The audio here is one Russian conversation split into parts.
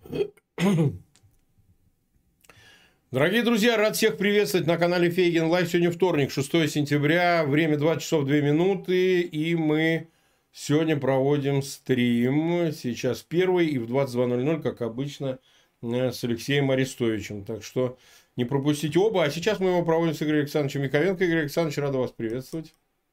Дорогие друзья, рад всех приветствовать на канале Фейгин Лайв. Сегодня вторник, 6 сентября, время 20 часов 2 минуты, и мы сегодня проводим стрим. Сейчас первый и в 22:00, как обычно, с Алексеем Арестовичем. Так что не пропустите оба. А сейчас мы его проводим с Игорем Александровичем Яковенко. Игорь Александрович, рад вас приветствовать.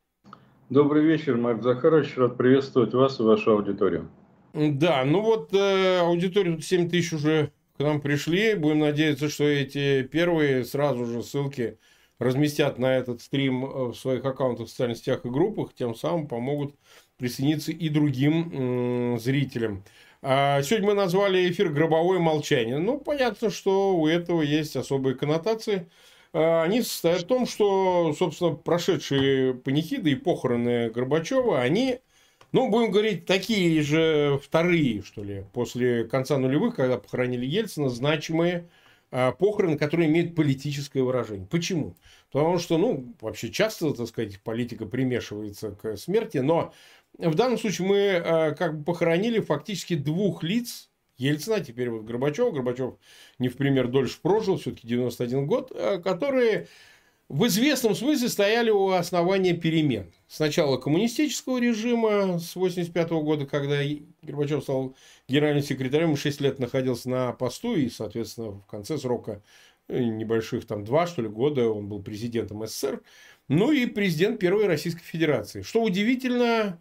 Добрый вечер, Марк Захарович. Рад приветствовать вас и вашу аудиторию. Да, ну вот аудитория 7 тысяч уже к нам пришли. Будем надеяться, что эти первые сразу же ссылки разместят на этот стрим в своих аккаунтах в социальных сетях и группах. Тем самым помогут присоединиться и другим зрителям. Сегодня мы назвали эфир «Гробовое молчание». Ну, понятно, что у этого есть особые коннотации. Они состоят в том, что, собственно, прошедшие панихиды и похороны Горбачева, они... Ну, будем говорить, такие же вторые, что ли, после конца нулевых, когда похоронили Ельцина, значимые похороны, которые имеют политическое выражение. Почему? Потому что, ну, вообще часто, так сказать, политика примешивается к смерти, но в данном случае мы как бы похоронили фактически двух лиц Ельцина, а теперь вот Горбачева. Горбачев не в пример дольше прожил, все-таки 91 год, которые... в известном смысле стояли у основания перемен. Сначала коммунистического режима с 1985 года, когда Горбачев стал генеральным секретарем, 6 лет находился на посту, и, соответственно, в конце срока небольших, там, 2, что ли, года он был президентом СССР. Ну, и президент Первой Российской Федерации. Что удивительно,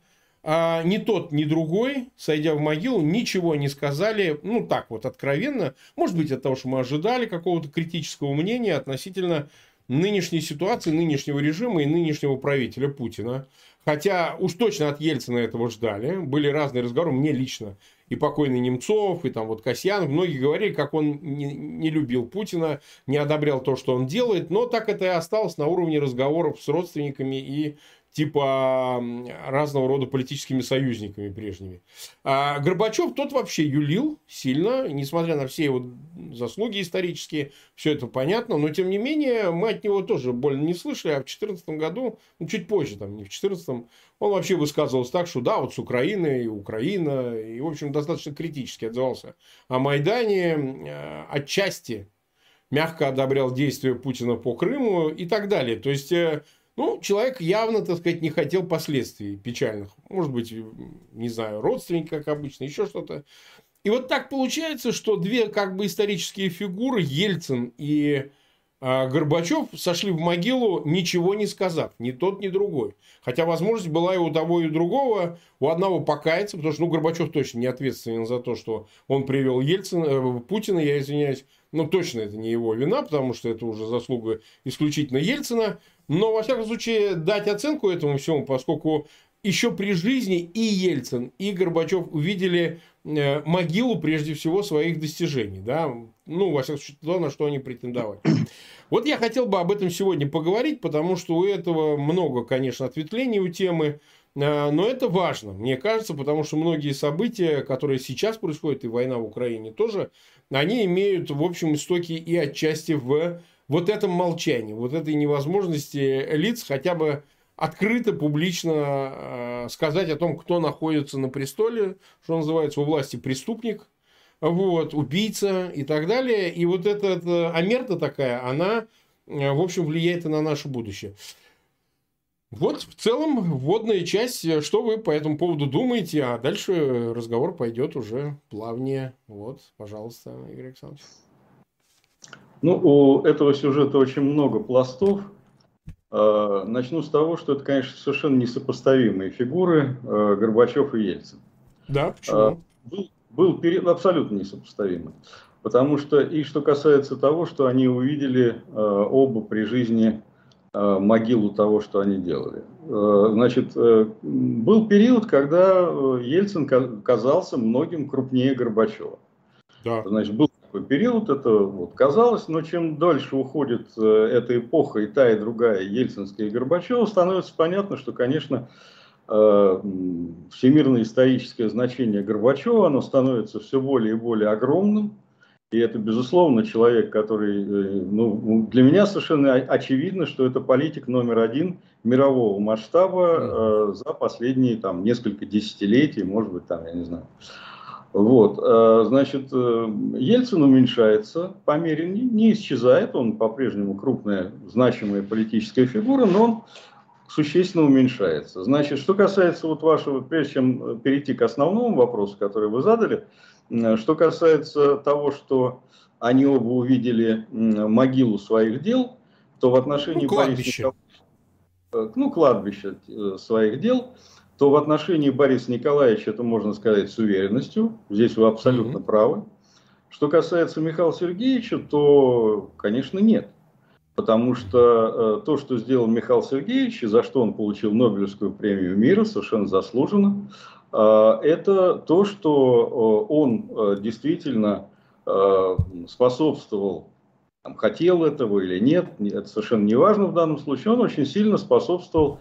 ни тот, ни другой, сойдя в могилу, ничего не сказали, ну, так вот, откровенно. Может быть, от того, что мы ожидали какого-то критического мнения относительно нынешней ситуации, нынешнего режима и нынешнего правителя Путина. Хотя уж точно от Ельцина этого ждали. Были разные разговоры, мне лично. И покойный Немцов, и там вот Касьянов. Многие говорили, как он не любил Путина, не одобрял то, что он делает. Но так это и осталось на уровне разговоров с родственниками и типа разного рода политическими союзниками прежними. А Горбачев тот вообще юлил сильно, несмотря на все его заслуги исторические, все это понятно, но тем не менее мы от него тоже больно не слышали, а в 2014 году, ну чуть позже, там не в 2014, он вообще высказывался так, что да, вот с Украиной, Украина, и в общем достаточно критически отзывался о Майдане, отчасти мягко одобрял действия Путина по Крыму и так далее. То есть... ну, человек явно, так сказать, не хотел последствий печальных. Может быть, не знаю, родственники, как обычно, еще что-то. И вот так получается, что две как бы исторические фигуры, Ельцин и Горбачев, сошли в могилу, ничего не сказав. Ни тот, ни другой. Хотя возможность была и у того, и у другого. У одного покаяться, потому что Горбачев точно не ответственен за то, что он привел Путина, я извиняюсь. Ну, точно это не его вина, потому что это уже заслуга исключительно Ельцина. Но, во всяком случае, дать оценку этому всему, поскольку еще при жизни и Ельцин, и Горбачев увидели могилу, прежде всего, своих достижений. Да? Ну, во всяком случае, то, на что они претендовали. Вот я хотел бы об этом сегодня поговорить, потому что у этого много, конечно, ответвлений у темы. Но это важно, мне кажется, потому что многие события, которые сейчас происходят, и война в Украине тоже, они имеют, в общем, истоки и отчасти в вот этом молчании, вот этой невозможности лиц хотя бы открыто, публично сказать о том, кто находится на престоле, что называется, у власти преступник, вот, убийца и так далее. И вот эта омерта такая, она, в общем, влияет и на наше будущее. Вот, в целом, вводная часть. Что вы по этому поводу думаете? А дальше разговор пойдет уже плавнее. Вот, пожалуйста, Игорь Александрович. Ну, у этого сюжета очень много пластов. Начну с того, что это, конечно, совершенно несопоставимые фигуры Горбачев и Ельцин. Да, почему? Был период абсолютно несопоставимый. Потому что, и что касается того, что они увидели оба при жизни могилу того, что они делали. Значит, был период, когда Ельцин казался многим крупнее Горбачева. Да. Значит, был такой период, это вот казалось, но чем дольше уходит эта эпоха, и та, и другая, Ельцинская и Горбачева, становится понятно, что, конечно, всемирное историческое значение Горбачева, оно становится все более и более огромным. И это, безусловно, человек, который, ну, для меня совершенно очевидно, что это политик номер один мирового масштаба за последние там, несколько десятилетий, может быть, там, я не знаю. Вот, значит, Ельцин уменьшается по мере, не исчезает, он по-прежнему крупная, значимая политическая фигура, но он существенно уменьшается. Значит, что касается вот вашего, прежде чем перейти к основному вопросу, который вы задали, что касается того, что они оба увидели могилу своих дел, то в отношении Бориса Кладбище. Николаевича, кладбище своих дел, то в отношении Бориса Николаевича это можно сказать с уверенностью. Здесь вы абсолютно правы. Что касается Михаила Сергеевича, то, конечно, нет. Потому что то, что сделал Михаил Сергеевич, и за что он получил Нобелевскую премию мира, совершенно заслуженно, это то, что он действительно способствовал, хотел этого или нет, это совершенно не важно в данном случае, он очень сильно способствовал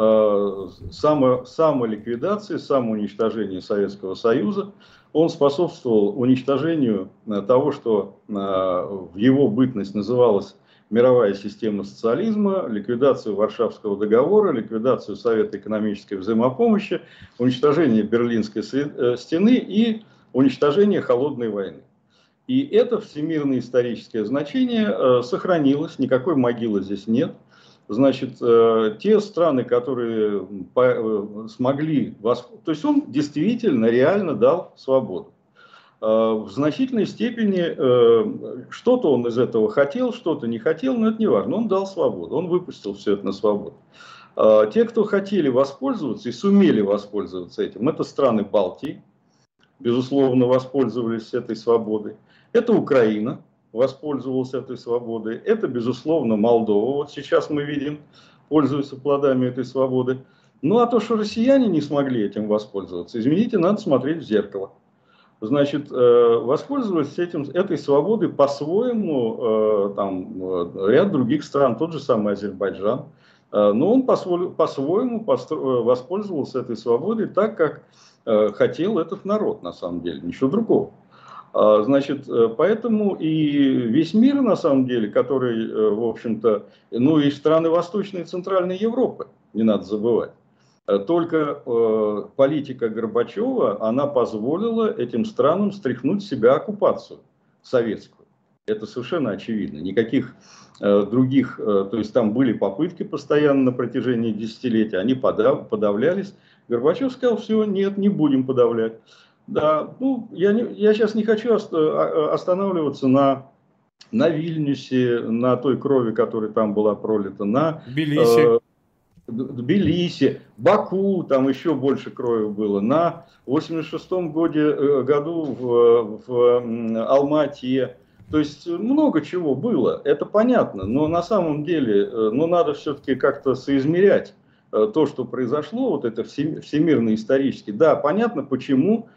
самоликвидации, самоуничтожению Советского Союза. Он способствовал уничтожению того, что в его бытность называлось мировая система социализма, ликвидацию Варшавского договора, ликвидацию Совета экономической взаимопомощи, уничтожение Берлинской стены и уничтожение холодной войны. И это всемирное историческое значение сохранилось, никакой могилы здесь нет. Значит, те страны, которые смогли... То есть он действительно, реально дал свободу. В значительной степени что-то он из этого хотел, что-то не хотел, но это не важно. Он дал свободу, он выпустил все это на свободу. Те, кто хотели воспользоваться и сумели воспользоваться этим, это страны Балтии, безусловно, воспользовались этой свободой. Это Украина воспользовалась этой свободой. Это, безусловно, Молдова. Вот сейчас мы видим, пользуются плодами этой свободы. Ну, а то, что россияне не смогли этим воспользоваться, извините, надо смотреть в зеркало. Значит, воспользовались этой свободой по-своему ряд других стран, тот же самый Азербайджан. Но он по-своему воспользовался этой свободой так, как хотел этот народ, на самом деле, ничего другого. Значит, поэтому и весь мир, на самом деле, который, в общем-то, и страны Восточной и Центральной Европы, не надо забывать. Только политика Горбачева, она позволила этим странам стряхнуть с себя оккупацию советскую. Это совершенно очевидно. Никаких других, то есть там были попытки постоянно на протяжении десятилетий, они подавлялись. Горбачев сказал, все, нет, не будем подавлять. Да, я сейчас не хочу останавливаться на Вильнюсе, на той крови, которая там была пролита, на Тбилиси, Баку, там еще больше крови было, на 86-м году в Алмате. То есть много чего было, это понятно, но на самом деле надо все-таки как-то соизмерять то, что произошло, вот это всемирно-исторически. Да, понятно, почему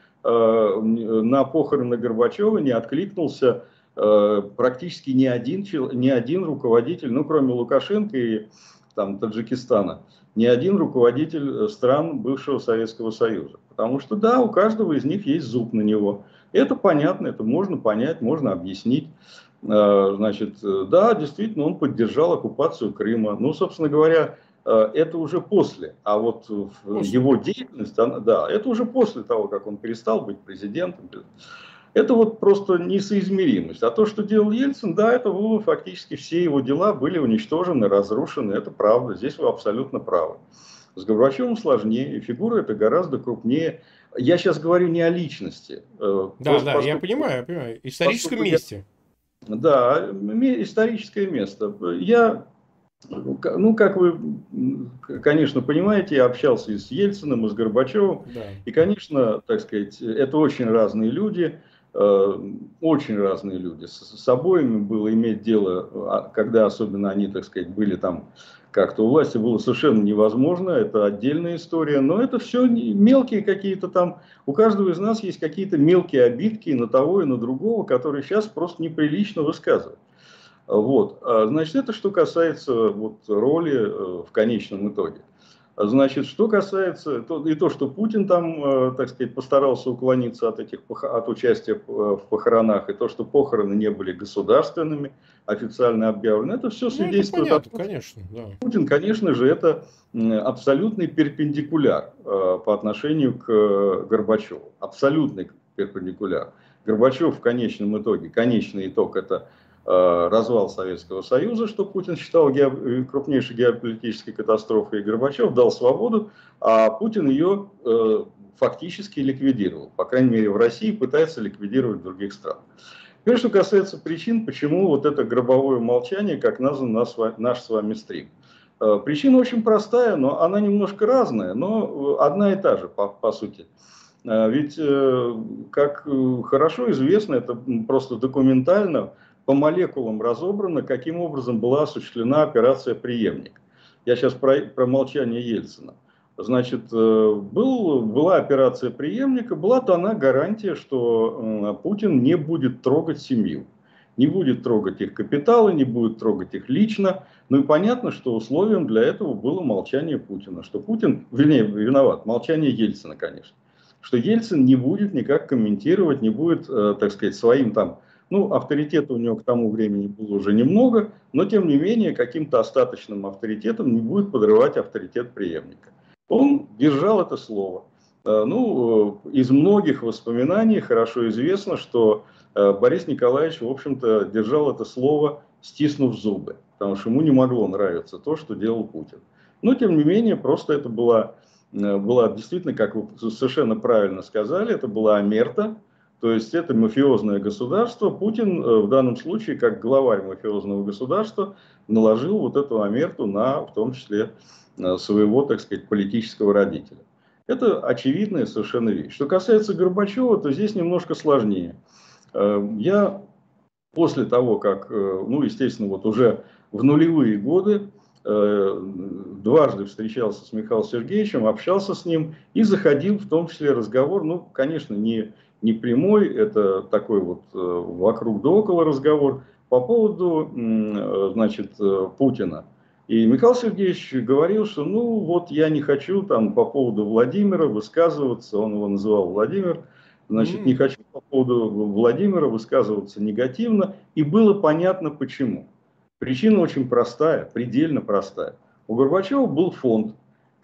на похороны Горбачева не откликнулся практически ни один руководитель, кроме Лукашенко и Таджикистана, ни один руководитель стран бывшего Советского Союза. Потому что, да, у каждого из них есть зуб на него. Это понятно, это можно понять, можно объяснить. Значит, да, действительно, он поддержал оккупацию Крыма. Собственно говоря, это уже после. А вот его деятельность, да, это уже после того, как он перестал быть президентом. Это вот просто несоизмеримость. А то, что делал Ельцин, да, это было фактически все его дела были уничтожены, разрушены. Это правда, здесь вы абсолютно правы. С Горбачевым сложнее, и фигура это гораздо крупнее. Я сейчас говорю не о личности. Да, я понимаю. Историческом месте. Да, историческое место. Я, как вы, конечно, понимаете, я общался и с Ельциным, и с Горбачевым. Да. И, конечно, так сказать, это очень разные люди. Очень разные люди. С обоими было иметь дело, когда особенно они, так сказать, были там как-то у власти, было совершенно невозможно. Это отдельная история. Но это все мелкие какие-то там. У каждого из нас есть какие-то мелкие обидки на того и на другого, которые сейчас просто неприлично высказывать. Вот. Значит, это что касается роли в конечном итоге. Значит, что касается, и то, что Путин там, так сказать, постарался уклониться от участия в похоронах, и то, что похороны не были государственными, официально объявлены, это все свидетельствует о том, конечно, да. Путин, конечно же, это абсолютный перпендикуляр по отношению к Горбачеву. Абсолютный перпендикулярно. Горбачев в конечном итоге, конечный итог это развал Советского Союза, что Путин считал крупнейшей геополитической катастрофой, и Горбачев дал свободу, а Путин ее фактически ликвидировал. По крайней мере, в России пытается ликвидировать в других странах. Теперь, что касается причин, почему вот это гробовое молчание, как назван наш с вами стрим. Причина очень простая, но она немножко разная, но одна и та же, по сути. Ведь, как хорошо известно, это просто документально, по молекулам разобрано, каким образом была осуществлена операция «Преемник». Я сейчас про молчание Ельцина. Значит, была операция «Преемника», была дана гарантия, что Путин не будет трогать семью. Не будет трогать их капиталы, не будет трогать их лично. Ну и понятно, что условием для этого было молчание Путина. Что Путин, вернее, виноват, молчание Ельцина, конечно. Что Ельцин не будет никак комментировать, не будет, так сказать, своим там... Ну, авторитета у него к тому времени было уже немного, но тем не менее каким-то остаточным авторитетом не будет подрывать авторитет преемника. Он держал это слово. Ну, из многих воспоминаний хорошо известно, что Борис Николаевич, в общем-то, держал это слово, стиснув зубы, потому что ему не могло нравиться то, что делал Путин. Но, тем не менее, просто это была действительно, как вы совершенно правильно сказали, это была омерта. То есть это мафиозное государство. Путин в данном случае, как главарь мафиозного государства, наложил вот эту омерту на, в том числе, своего, так сказать, политического родителя. Это очевидная совершенно вещь. Что касается Горбачева, то здесь немножко сложнее. Я после того, как, ну, естественно, вот уже в нулевые годы дважды встречался с Михаилом Сергеевичем, общался с ним и заходил в том числе разговор, ну, конечно, не прямой, это такой вот вокруг да около разговор по поводу, значит, Путина. И Михаил Сергеевич говорил, что ну вот я не хочу там по поводу Владимира высказываться, он его называл Владимир, значит, не хочу по поводу Владимира высказываться негативно, и было понятно почему. Причина очень простая, предельно простая. У Горбачева был фонд,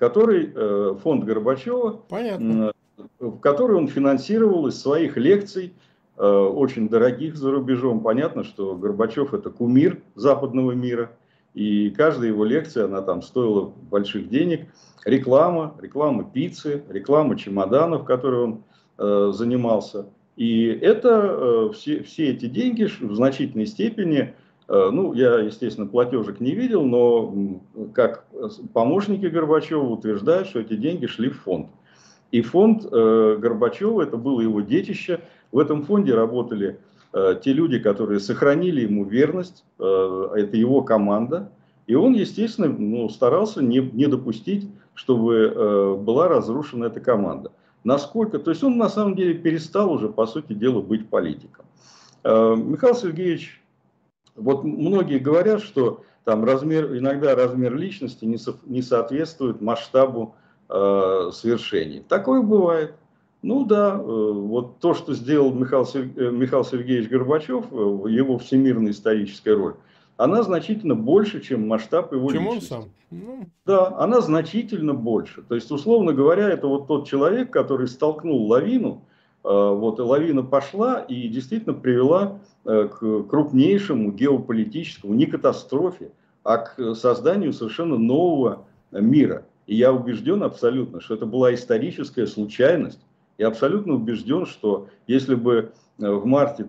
фонд Горбачева, Понятно. который он финансировал из своих лекций, очень дорогих за рубежом. Понятно, что Горбачев это кумир западного мира, и каждая его лекция, она там стоила больших денег. Реклама пиццы, реклама чемоданов, которой он занимался. И это, все эти деньги в значительной степени, ну, я, естественно, платежек не видел, но как помощники Горбачева утверждают, что эти деньги шли в фонд. И фонд Горбачева, это было его детище. В этом фонде работали те люди, которые сохранили ему верность, это его команда. И он, естественно, ну, старался не допустить, чтобы была разрушена эта команда. Насколько, то есть он на самом деле перестал уже, по сути дела, быть политиком. Михаил Сергеевич, вот многие говорят, что там иногда размер личности не соответствует масштабу свершений. Такое бывает. Ну да, вот то, что сделал Михаил Сергеевич Горбачев, его всемирная историческая роль, она значительно больше, чем масштаб его личности. Он сам? Да, она значительно больше. То есть, условно говоря, это вот тот человек, который столкнул лавину, вот и лавина пошла и действительно привела к крупнейшему геополитическому, не катастрофе, а к созданию совершенно нового мира. И я убежден абсолютно, что это была историческая случайность. Я абсолютно убежден, что если бы в марте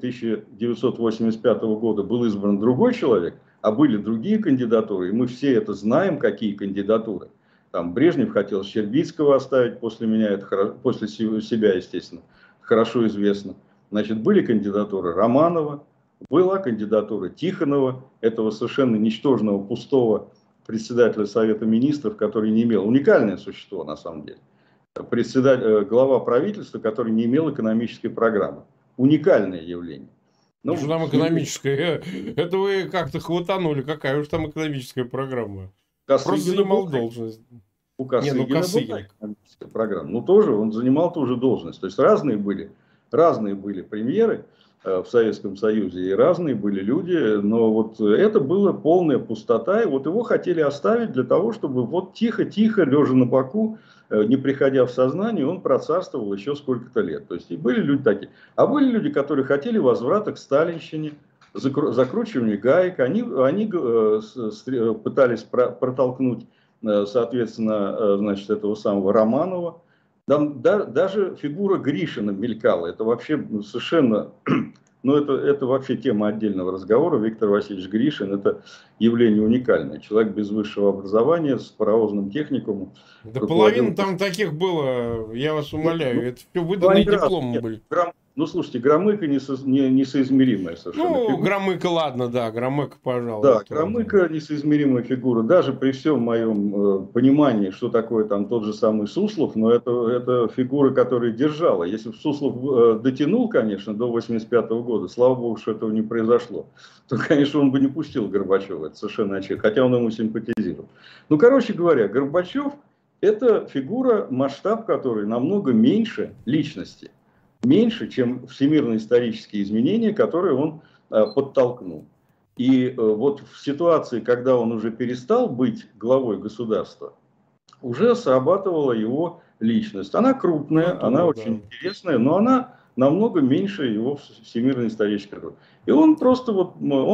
1985 года был избран другой человек, а были другие кандидатуры, и мы все это знаем, какие кандидатуры. Там Брежнев хотел Щербицкого оставить после меня, это после себя, естественно, хорошо известно. Значит, были кандидатуры Романова, была кандидатура Тихонова, этого совершенно ничтожного, пустого председателя Совета Министров, который не имел, уникальное существо на самом деле, глава правительства, который не имел экономической программы. Уникальное явление. Ну, что там экономическая? Это вы как-то хватанули. Какая уж там экономическая программа? Просто занимал должность. У Косыгина была экономическая программа. Ну, тоже он занимал ту же должность. То есть разные были премьеры. в Советском Союзе, и разные были люди, но вот это была полная пустота, и вот его хотели оставить для того, чтобы вот тихо-тихо, лежа на боку, не приходя в сознание, он процарствовал еще сколько-то лет. То есть и были люди такие. А были люди, которые хотели возврата к сталинщине, закручивания гаек, они пытались протолкнуть, соответственно, значит, этого самого Романова. Там даже фигура Гришина мелькала. Это вообще совершенно, ну это вообще тема отдельного разговора. Виктор Васильевич Гришин — это явление уникальное. Человек без высшего образования, с паровозным техникумом. Да половина там таких было, я вас умоляю. Это все выданные дипломы были. Ну, слушайте, Громыко несоизмеримая совершенно фигура. Ну, Громыко, ладно, да, Громыко, пожалуй. Да, Громыко несоизмеримая фигура. Даже при всем моем понимании, что такое там тот же самый Суслов, но это фигура, которая держала. Если бы Суслов дотянул, конечно, до 1985 года, слава богу, что этого не произошло, то, конечно, он бы не пустил Горбачева, это совершенно очевидно, хотя он ему симпатизировал. Ну, короче говоря, Горбачев — это фигура, масштаб которой намного меньше личности. Меньше, чем всемирные исторические изменения, которые он подтолкнул. И вот в ситуации, когда он уже перестал быть главой государства, уже срабатывала его личность. Она крупная, она очень интересная, но она намного меньше его всемирной исторической роли. И он просто вот,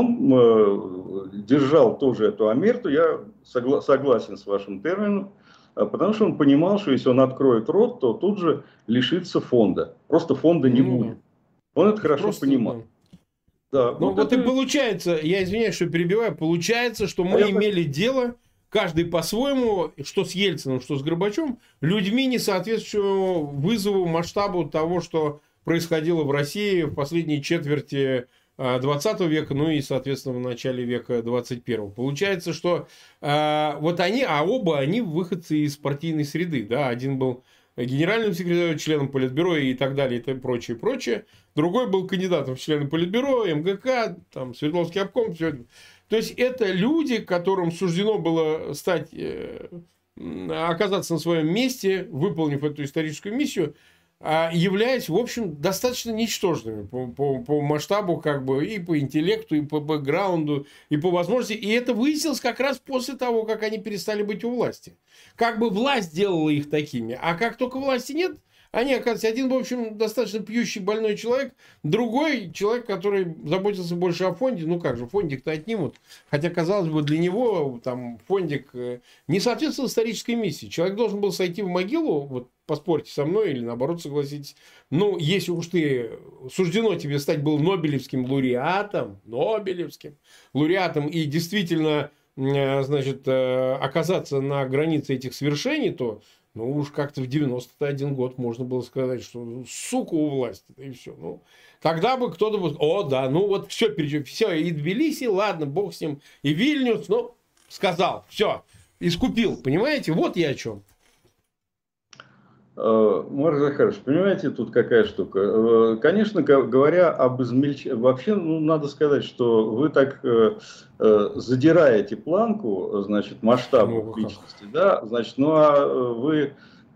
он держал тоже эту омерту, я согласен с вашим термином, потому что он понимал, что если он откроет рот, то тут же лишится фонда. Просто фонда не будет. Он это хорошо понимал. Да, ну вот это... и получается, я извиняюсь, что перебиваю, получается, что мы имели дело, каждый по-своему, что с Ельциным, что с Горбачевым, людьми, не соответствующими вызову, масштабу того, что происходило в России в последней четверти 20 века, ну и, соответственно, в начале века 21. Получается, что вот они, оба они выходцы из партийной среды. Да? Один был генеральным секретарем, членом Политбюро и так далее, и прочее, прочее. Другой был кандидатом в члены Политбюро, МГК, там, Свердловский обком. Все. То есть, это люди, которым суждено было оказаться на своем месте, выполнив эту историческую миссию, являясь, в общем, достаточно ничтожными по масштабу, как бы, и по интеллекту, и по бэкграунду, и по возможности. И это выяснилось как раз после того, как они перестали быть у власти. Как бы власть делала их такими, а как только власти нет, они, оказывается, один, в общем, достаточно пьющий больной человек, другой человек, который заботился больше о фонде. Ну как же, фондик-то отнимут. Хотя, казалось бы, для него там фондик не соответствовал исторической миссии. Человек должен был сойти в могилу, вот поспорьте со мной или наоборот согласитесь. Ну, если уж ты суждено тебе стать был Нобелевским лауреатом и действительно, значит, оказаться на границе этих свершений, то ну, уж как-то в 91 год можно было сказать, что сука у власти, и все. Ну, тогда бы кто-то бы... О, да, ну вот все, и Тбилиси, ладно, бог с ним, и Вильнюс, ну, сказал, все, искупил, понимаете? Вот я о чем. Марк Захарович, понимаете, тут какая штука? Конечно, говоря об измельчении, вообще, ну, надо сказать, что вы так задираете планку, значит, масштабов личности, да, значит, ну, а вы,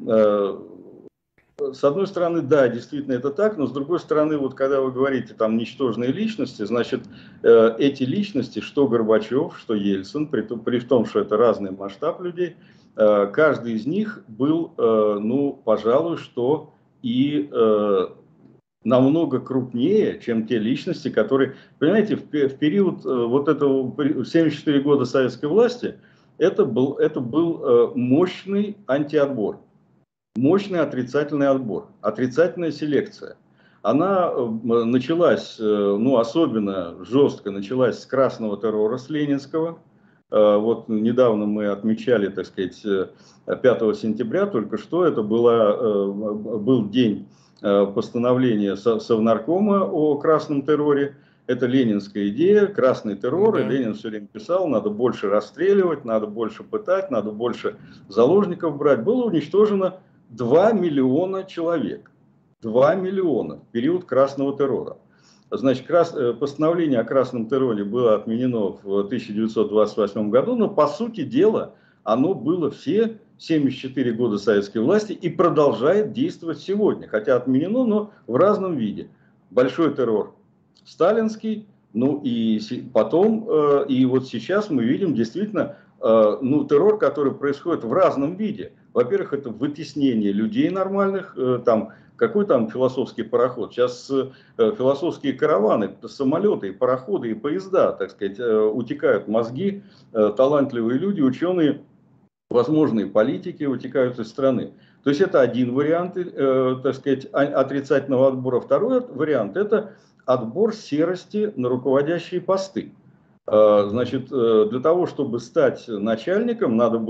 с одной стороны, да, действительно это так, но с другой стороны, вот когда вы говорите там ничтожные личности, значит, эти личности, что Горбачев, что Ельцин, при том, что это разный масштаб людей, каждый из них был, ну, пожалуй, что и намного крупнее, чем те личности, которые, понимаете, в период вот этого 74 года советской власти, это был мощный антиотбор, мощный отрицательный отбор, отрицательная селекция. Она началась, ну, особенно жестко началась с красного террора, с ленинского. Вот недавно мы отмечали, так сказать, 5 сентября, только что это был день постановления Совнаркома о красном терроре. Это ленинская идея, красный террор, и Ленин все время писал, надо больше расстреливать, надо больше пытать, надо больше заложников брать. Было уничтожено 2 миллиона человек. 2 миллиона в период красного террора. Значит, постановление о красном терроре было отменено в 1928 году, но по сути дела оно было все 74 года советской власти и продолжает действовать сегодня. Хотя отменено, но в разном виде. Большой террор сталинский, ну и потом, и вот сейчас мы видим действительно ну, террор, который происходит в разном виде. Во-первых, это вытеснение людей нормальных, там, какой там философский пароход? Сейчас философские караваны, самолеты, и пароходы, и поезда, так сказать, утекают мозги, талантливые люди, ученые, возможные политики утекают из страны. То есть это один вариант, так сказать, отрицательного отбора. Второй вариант – это отбор серости на руководящие посты. Значит, для того, чтобы стать начальником, надо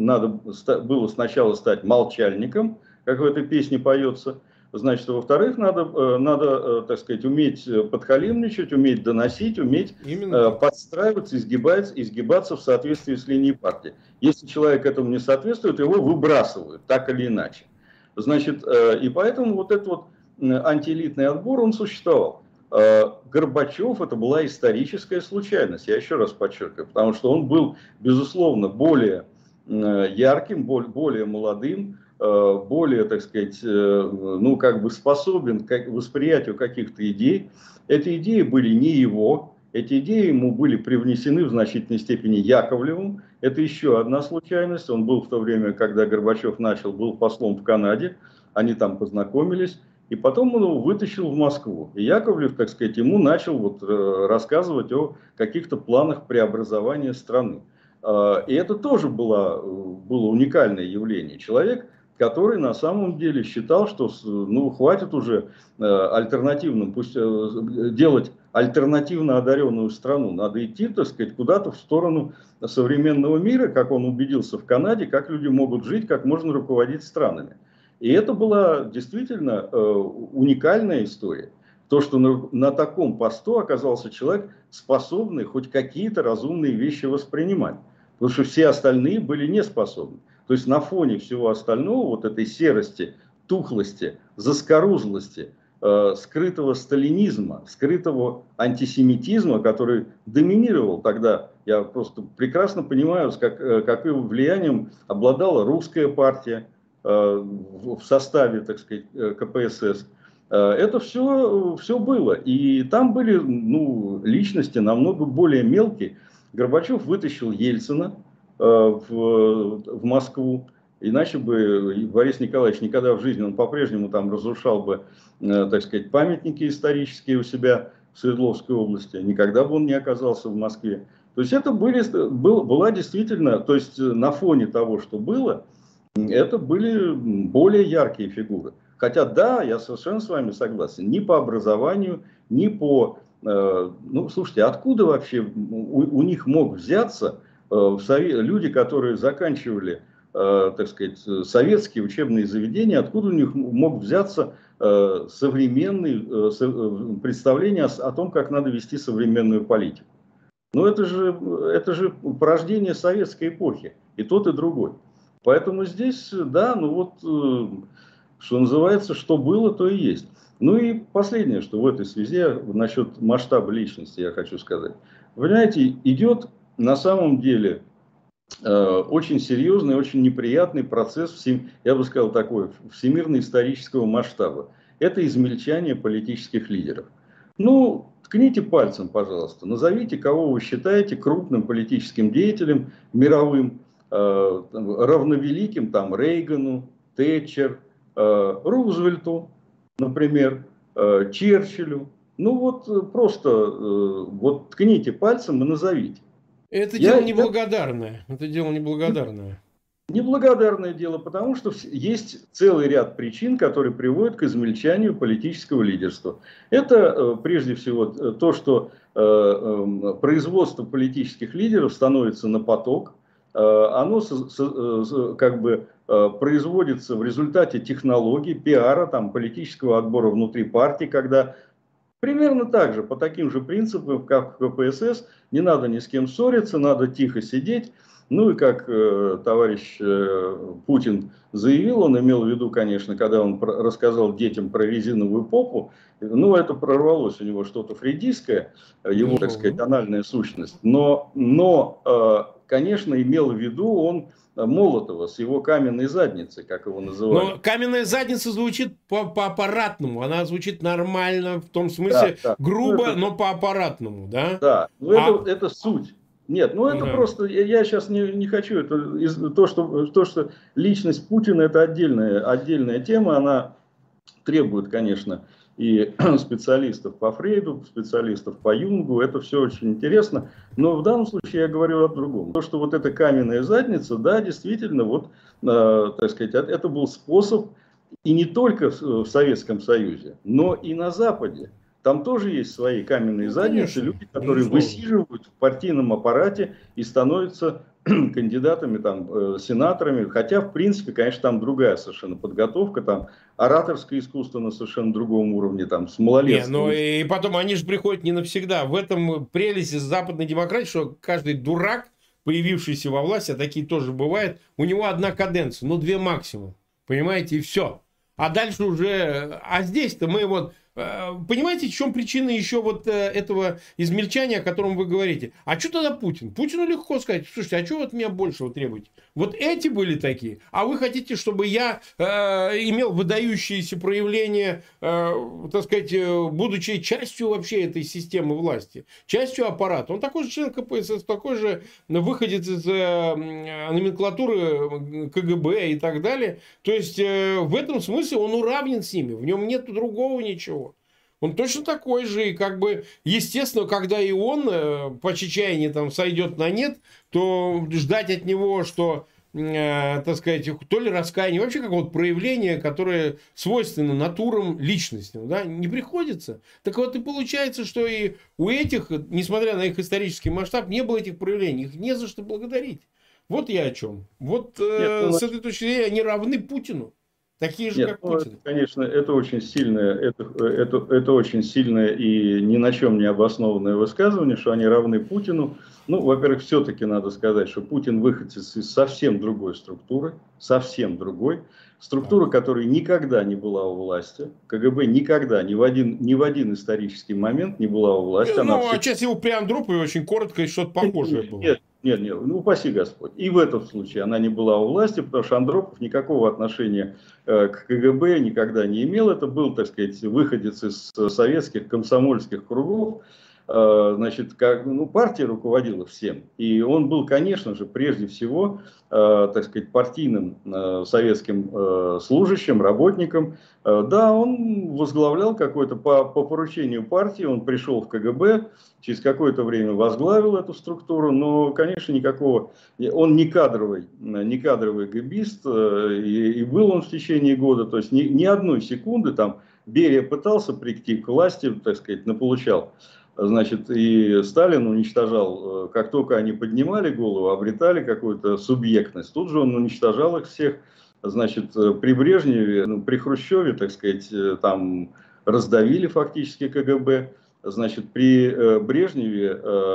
было сначала стать молчальником, как в этой песне поется. Значит, во-вторых, надо, так сказать, уметь подхалимничать, уметь доносить, уметь подстраиваться, изгибаться в соответствии с линией партии. Если человек этому не соответствует, его выбрасывают, так или иначе. Значит, и поэтому вот этот вот антиэлитный отбор, он существовал. Горбачев это была историческая случайность, я еще раз подчеркиваю, потому что он был, безусловно, более ярким, более молодым, более, так сказать, ну, как бы способен к восприятию каких-то идей. Эти идеи были не его, эти идеи ему были привнесены в значительной степени Яковлевым. Это еще одна случайность. Он был в то время, когда Горбачев был послом в Канаде, они там познакомились. И потом он его вытащил в Москву. И Яковлев, так сказать, ему начал вот рассказывать о каких-то планах преобразования страны. И это тоже было уникальное явление. Человек, который на самом деле считал, что ну, хватит уже альтернативным, пусть делать альтернативно одаренную страну. Надо идти, так сказать, куда-то в сторону современного мира, как он убедился в Канаде, как люди могут жить, как можно руководить странами. И это была действительно уникальная история. То, что на таком посту оказался человек, способный хоть какие-то разумные вещи воспринимать. Потому что все остальные были не способны. То есть на фоне всего остального, вот этой серости, тухлости, заскорузлости, скрытого сталинизма, скрытого антисемитизма, который доминировал тогда, я просто прекрасно понимаю, каким влиянием обладала русская партия в составе, так сказать, КПСС. Это все было. И там были личности намного более мелкие. Горбачев вытащил Ельцина в Москву. Иначе бы Борис Николаевич никогда в жизни, он по-прежнему там разрушал бы, так сказать, памятники исторические у себя в Свердловской области. Никогда бы он не оказался в Москве. То есть это была действительно, то есть на фоне того, что было, это были более яркие фигуры. Хотя да, я совершенно с вами согласен, ни по образованию, ни по... Ну, слушайте, откуда вообще у них мог взяться люди, которые заканчивали, так сказать, советские учебные заведения, откуда у них мог взяться современные представления о том, как надо вести современную политику? Ну, это же порождение советской эпохи, и тот, и другой. Поэтому здесь, да, ну вот, что называется, что было, то и есть. Ну и последнее, что в этой связи насчет масштаба личности я хочу сказать. Вы понимаете, идет на самом деле очень серьезный, очень неприятный процесс, я бы сказал такой, всемирно-исторического масштаба. Это измельчание политических лидеров. Ну, ткните пальцем, пожалуйста, назовите, кого вы считаете крупным политическим деятелем, мировым, равновеликим там Рейгану, Тэтчер, Рузвельту, например, Черчиллю. Ну вот просто вот ткните пальцем и назовите. Это дело неблагодарное. Это дело неблагодарное. Неблагодарное дело, потому что есть целый ряд причин, которые приводят к измельчанию политического лидерства. Это прежде всего то, что производство политических лидеров становится на поток. Оно как бы производится в результате технологий, пиара, там, политического отбора внутри партии, когда примерно так же, по таким же принципам, как в КПСС, не надо ни с кем ссориться, надо тихо сидеть. Ну и как товарищ Путин заявил, он имел в виду, конечно, когда он рассказал детям про резиновую попу, ну это прорвалось у него что-то фрейдистское, так сказать, анальная сущность. Но, конечно, имел в виду он Молотова с его каменной задницей, как его называли. Но каменная задница звучит по-аппаратному. Она звучит нормально, в том Да, смысле да. грубо, но по-аппаратному, да? Да, ну это суть. Нет, ну это Да. просто, я сейчас не хочу, то, что личность Путина это отдельная тема, она требует, конечно, и специалистов по Фрейду, специалистов по Юнгу, это все очень интересно, но в данном случае я говорю о другом. То, что вот эта каменная задница, да, действительно, вот, так сказать, это был способ, и не только в Советском Союзе, но и на Западе. Там тоже есть свои каменные задницы, Конечно, люди, которые безусловно. высиживают в партийном аппарате и становятся кандидатами, там, сенаторами, хотя, в принципе, конечно, там другая совершенно подготовка, там, ораторское искусство на совершенно другом уровне, там, с Не, малолетства. ну и потом они же приходят не навсегда. В этом прелесть западной демократии, что каждый дурак, появившийся во власти, а такие тоже бывают, у него одна каденция, ну 2 максимум. Понимаете, и все. А дальше уже... А здесь-то мы вот... Понимаете, в чем причина еще вот этого измельчания, о котором вы говорите? А что тогда Путин? Путину легко сказать, слушайте, а что вы от меня большего требуете? Вот эти были такие, а вы хотите, чтобы я имел выдающиеся проявления, так сказать, будучи частью вообще этой системы власти, частью аппарата. Он такой же член КПСС, такой же выходец из номенклатуры КГБ и так далее. То есть, в этом смысле он уравнен с ними, в нем нет другого ничего. Он точно такой же, и как бы, естественно, когда и он по чечаянии там сойдет на нет, то ждать от него, что, так сказать, то ли раскаяние, вообще какого-то проявления, которое свойственно натурам личностям, да, не приходится. Так вот и получается, что и у этих, несмотря на их исторический масштаб, не было этих проявлений, их не за что благодарить. Вот я о чем. Вот Нет, с этой точки зрения они равны Путину. Такие же, Нет, как ну, Путин. конечно, это очень сильное, это очень сильное и ни на чем не обоснованное высказывание, что они равны Путину. Ну, во-первых, все-таки надо сказать, что Путин выходец из совсем другой структуры, совсем другой. Структура, которая никогда не была у власти. КГБ никогда, ни в один исторический момент не была у власти. Ну, а часть его при Андропове очень коротко и что-то похожее было. Нет, ну упаси Господь. И в этом случае она не была у власти, потому что Андропов никакого отношения к КГБ никогда не имел. Это был, так сказать, выходец из советских комсомольских кругов. Значит, партия руководила всем. И он был, конечно же, прежде всего, так сказать, партийным советским служащим, работником. Да, он возглавлял какой-то по поручению партии, он пришел в КГБ, через какое-то время возглавил эту структуру, но, конечно, никакого, он не кадровый гэбист, и был он в течение года, то есть ни одной секунды там Берия пытался прийти к власти, так сказать, получал. Значит, и Сталин уничтожал, как только они поднимали голову, обретали какую-то субъектность, тут же он уничтожал их всех. Значит, при Брежневе, при Хрущеве, так сказать, там раздавили фактически КГБ. Значит, при Брежневе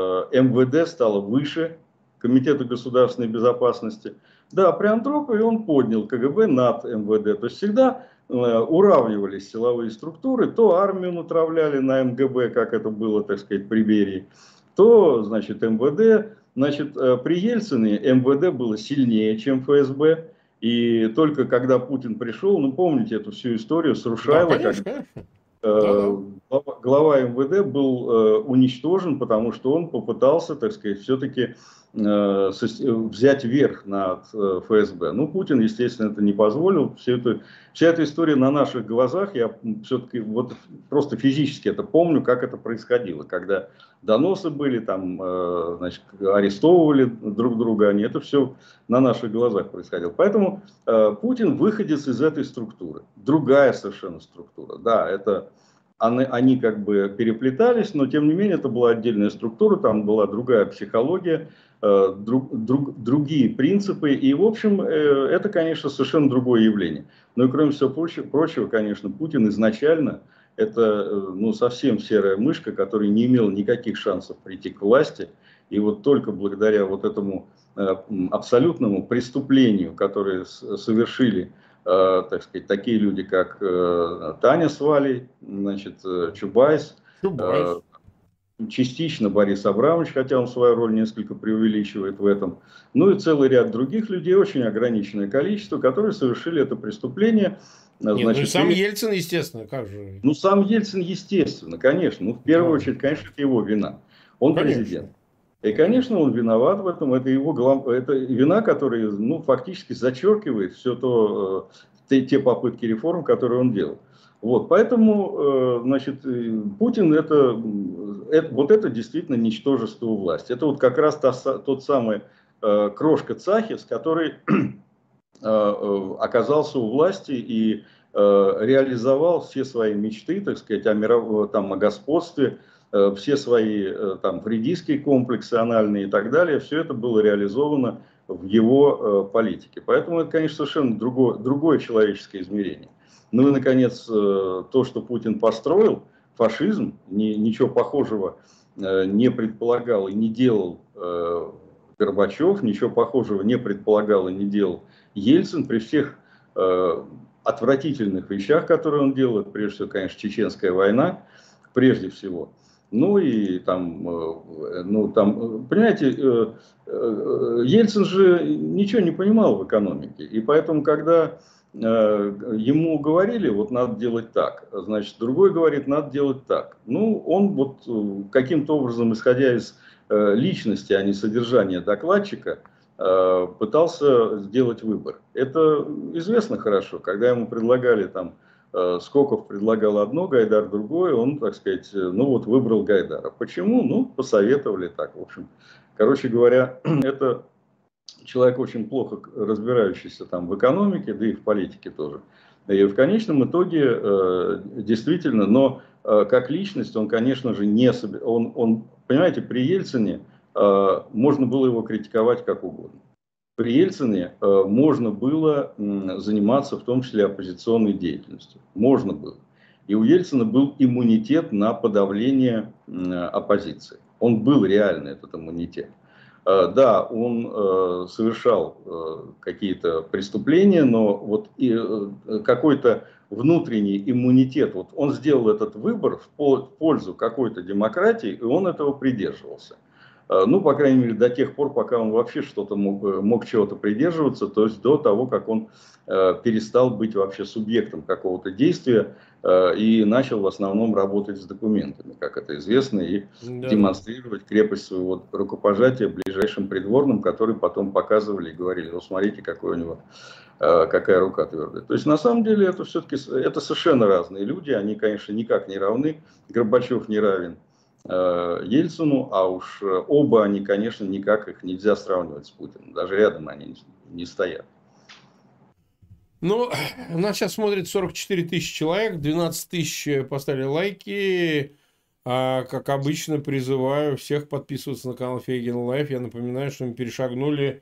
МВД стало выше Комитета государственной безопасности. Да, при Андропове он поднял КГБ над МВД. То есть всегда уравнивались силовые структуры, то армию натравляли на МГБ, как это было, так сказать, при Берии, то, значит, МВД. Значит, при Ельцине МВД было сильнее, чем ФСБ. И только когда Путин пришел, ну, помните эту всю историю с Рушайло, да, конечно. Глава МВД был уничтожен, в что он попытался, так сказать, все-таки взять верх над ФСБ. Ну, Путин, естественно, это не позволил. Вся эта история на наших глазах, я все-таки вот просто физически это помню, как это происходило, когда доносы были, там, значит, арестовывали друг друга, это все на наших глазах происходило. Поэтому Путин выходец из этой структуры. Другая совершенно структура. Да, они как бы переплетались, но тем не менее это была отдельная структура, там была другая психология, другие принципы. И, в общем, это, конечно, совершенно другое явление. Но и кроме всего прочего, конечно, Путин изначально это совсем серая мышка, которая не имела никаких шансов прийти к власти. И вот только благодаря вот этому абсолютному преступлению, которое совершили, так сказать, такие люди, как Таня с Валей, значит, Чубайс, частично Борис Абрамович, хотя он свою роль несколько преувеличивает в этом. Ну и целый ряд других людей, очень ограниченное количество, которые совершили это преступление. Нет, ну и Значит, сам Ельцин, естественно, как же. ну, сам Ельцин, естественно, конечно. Ну, в первую Да, очередь, конечно, это его вина. Он президент. конечно. И, конечно, он виноват в этом. Это его это вина, которая, ну, фактически зачеркивает все то, те попытки реформ, которые он делал. Вот, поэтому, значит, Путин вот это действительно ничтожество у власти. Это вот как раз тот самый крошка Цахис, который оказался у власти и реализовал все свои мечты, так сказать, о господстве, все свои там фрейдистские комплексы анальные и так далее, все это было реализовано в его политике. Поэтому это, конечно, совершенно другое человеческое измерение. Ну и, наконец, то, что Путин построил, фашизм, ничего похожего не предполагал и не делал Горбачев, ничего похожего не предполагал и не делал Ельцин, при всех отвратительных вещах, которые он делает, прежде всего, конечно, Чеченская война, прежде всего. Ну и там, понимаете, Ельцин же ничего не понимал в экономике. И поэтому, когда ему говорили, вот надо делать так, значит, другой говорит, надо делать так. Ну, он вот каким-то образом, исходя из личности, а не содержания докладчика, пытался сделать выбор. Это известно хорошо. Когда ему предлагали там, Скоков предлагал одно, Гайдар другое, он, так сказать, ну вот выбрал Гайдара. Почему? Ну, посоветовали так, в общем. Короче говоря, это человек очень плохо разбирающийся там в экономике, да и в политике тоже. И в конечном итоге действительно, но как личность он, конечно же, не... Он, понимаете, при Ельцине можно было его критиковать как угодно. При Ельцине можно было заниматься в том числе оппозиционной деятельностью. Можно было. И у Ельцина был иммунитет на подавление оппозиции. Он был реально этот иммунитет. Да, он совершал какие-то преступления, но вот какой-то внутренний иммунитет, вот он сделал этот выбор в пользу какой-то демократии, и он этого придерживался. Ну, по крайней мере, до тех пор, пока он вообще что-то мог чего-то придерживаться, то есть до того, как он перестал быть вообще субъектом какого-то действия и начал в основном работать с документами, как это известно, и демонстрировать крепость своего рукопожатия ближайшим придворным, которые потом показывали и говорили, ну, смотрите, какой у него, какая рука твердая. То есть, на самом деле, это все-таки это совершенно разные люди, они, конечно, никак не равны, Горбачев не равен Ельцину, а уж оба они, конечно, никак их нельзя сравнивать с Путиным. Даже рядом они не стоят. Ну, нас сейчас смотрит 44 тысячи человек, 12 тысяч поставили лайки. Как обычно, призываю всех подписываться на канал Фейгин Лайф. Я напоминаю, что мы перешагнули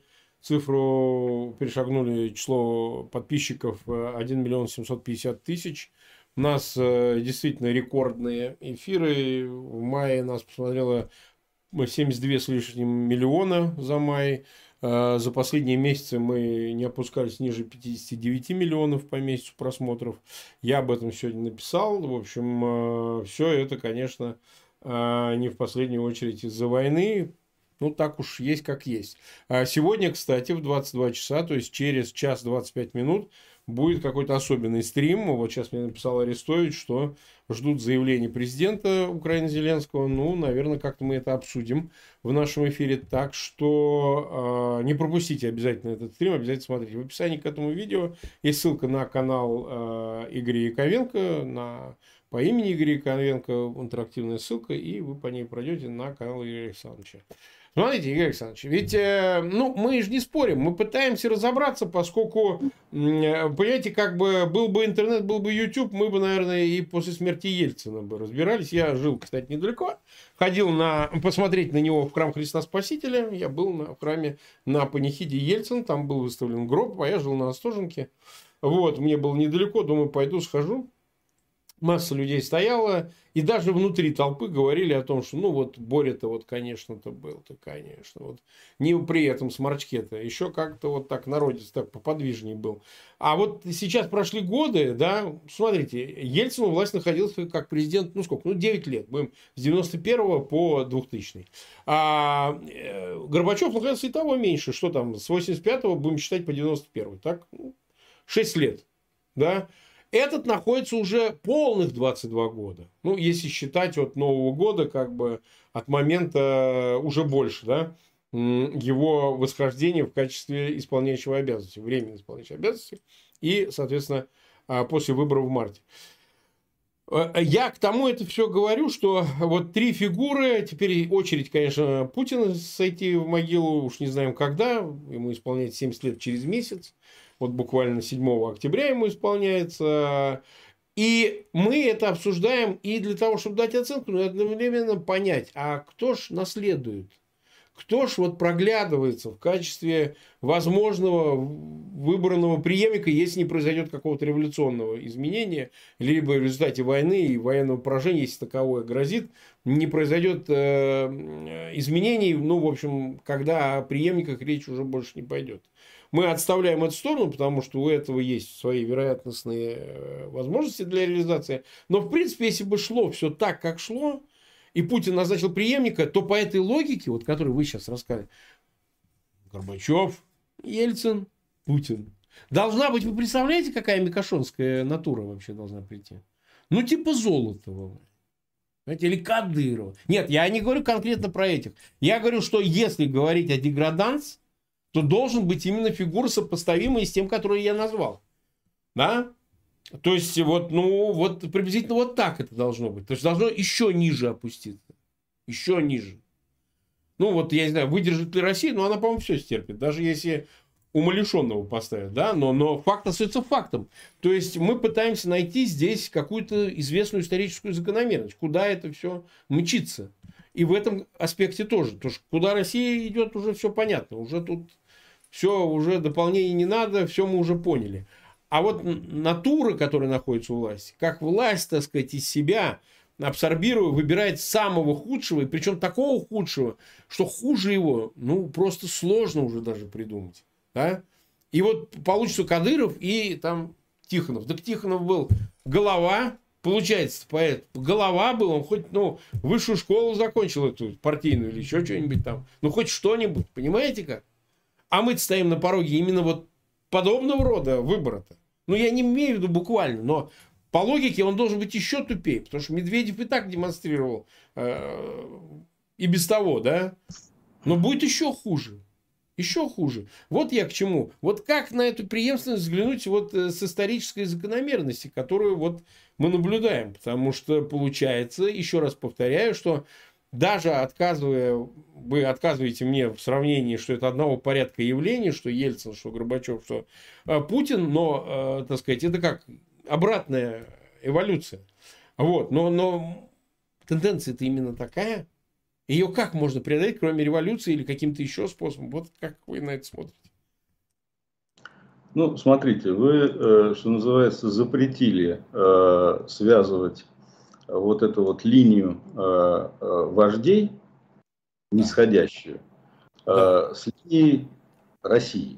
число подписчиков 1 миллион 750 тысяч. У нас действительно рекордные эфиры. В мае нас посмотрело 72 с лишним миллиона за май. За последние месяцы мы не опускались ниже 59 миллионов по месяцу просмотров. Я об этом сегодня написал. В общем, все это, конечно, не в последнюю очередь из-за войны. Ну, так уж есть, как есть. Сегодня, кстати, в 22 часа, то есть через час 25 минут, будет какой-то особенный стрим. Вот сейчас мне написал Арестович, что ждут заявления президента Украины Зеленского. Ну, наверное, как-то мы это обсудим в нашем эфире. Так что не пропустите обязательно этот стрим, обязательно смотрите. В описании к этому видео есть ссылка на канал Игоря Яковенко, по имени Игоря Яковенко, интерактивная ссылка, и вы по ней пройдете на канал Игоря Александровича. Смотрите, Игорь Александрович, ведь мы же не спорим, мы пытаемся разобраться, поскольку, понимаете, как бы был бы интернет, был бы YouTube, мы бы, наверное, и после смерти Ельцина бы разбирались. Я жил, кстати, недалеко, ходил посмотреть на него в храм Христа Спасителя, я был в храме на панихиде Ельцин, там был выставлен гроб, а я жил на Остоженке. Вот, мне было недалеко, думаю, пойду схожу. Масса людей стояла, и даже внутри толпы говорили о том, что, ну, вот Боря-то, вот, конечно-то был-то, конечно. Вот. Не при этом сморчке-то, еще как-то вот так народец так поподвижнее был. А вот сейчас прошли годы, да, смотрите, Ельцин у власти находился как президент, ну, сколько, ну, 9 лет, будем с 91 по 2000. А Горбачев находился и того меньше, что там, с 85 будем считать по 91, так, 6 лет, да. Этот находится уже полных 22 года. Ну, если считать от Нового года, как бы от момента уже больше, да, его восхождения в качестве исполняющего обязанности, временно исполняющего обязанности, и, соответственно, после выборов в марте. Я к тому это все говорю, что вот три фигуры, теперь очередь, конечно, Путина сойти в могилу, уж не знаем когда, ему исполняется 70 лет через месяц, вот буквально 7 октября ему исполняется, и мы это обсуждаем и для того, чтобы дать оценку, но одновременно понять, а кто ж наследует? Кто ж вот проглядывается в качестве возможного выбранного преемника, если не произойдет какого-то революционного изменения, либо в результате войны и военного поражения, если таковое грозит, не произойдет изменений, ну, в общем, когда о преемниках речь уже больше не пойдет. Мы отставляем эту сторону, потому что у этого есть свои вероятностные возможности для реализации. Но, в принципе, если бы шло все так, как шло, и Путин назначил преемника, то по этой логике, вот, которую вы сейчас рассказали, Горбачев, Ельцин, Путин. Должна быть, вы представляете, какая микошонская натура вообще должна прийти? Ну, типа Золотова. Знаете, или Кадырова. Нет, я не говорю конкретно про этих. Я говорю, что если говорить о деграданс, то должен быть именно фигура, сопоставимая с тем, которую я назвал. Да? То есть, вот, ну, вот приблизительно вот так это должно быть. То есть, должно еще ниже опуститься. Еще ниже. Ну, вот, я не знаю, выдержит ли Россия, но она, по-моему, все стерпит. Даже если умалишенного поставят, да, но факт остается фактом. То есть, мы пытаемся найти здесь какую-то известную историческую закономерность, куда это все мчится. И в этом аспекте тоже. Потому что куда Россия идет, уже все понятно. Уже тут все, уже дополнений не надо, все мы уже поняли. А вот натура, которая находится у власти, как власть, так сказать, из себя, абсорбируя, выбирает самого худшего, и причем такого худшего, что хуже его, ну, просто сложно уже даже придумать. Да? И вот получится Кадыров и там Тихонов. Так Тихонов был голова, получается, поэт. Голова был, он хоть, ну, высшую школу закончил эту партийную или еще что-нибудь там. Ну, хоть что-нибудь, понимаете как? А мы стоим на пороге именно вот подобного рода выбора-то. Ну, я не имею в виду буквально, но по логике он должен быть еще тупее, потому что Медведев и так демонстрировал и без того, да. Но будет еще хуже. Еще хуже. Вот я к чему. Вот как на эту преемственность взглянуть вот с исторической закономерности, которую вот мы наблюдаем. Потому что получается, еще раз повторяю, что даже отказывая, вы отказываете мне в сравнении, что это одного порядка явлений, что Ельцин, что Горбачев, что Путин, но, так сказать, это как обратная эволюция. Вот. Но тенденция-то именно такая. Ее как можно преодолеть, кроме революции или каким-то еще способом? Вот как вы на это смотрите? Ну, смотрите, вы, что называется, запретили связывать вот эту вот линию вождей, нисходящую, с линией России.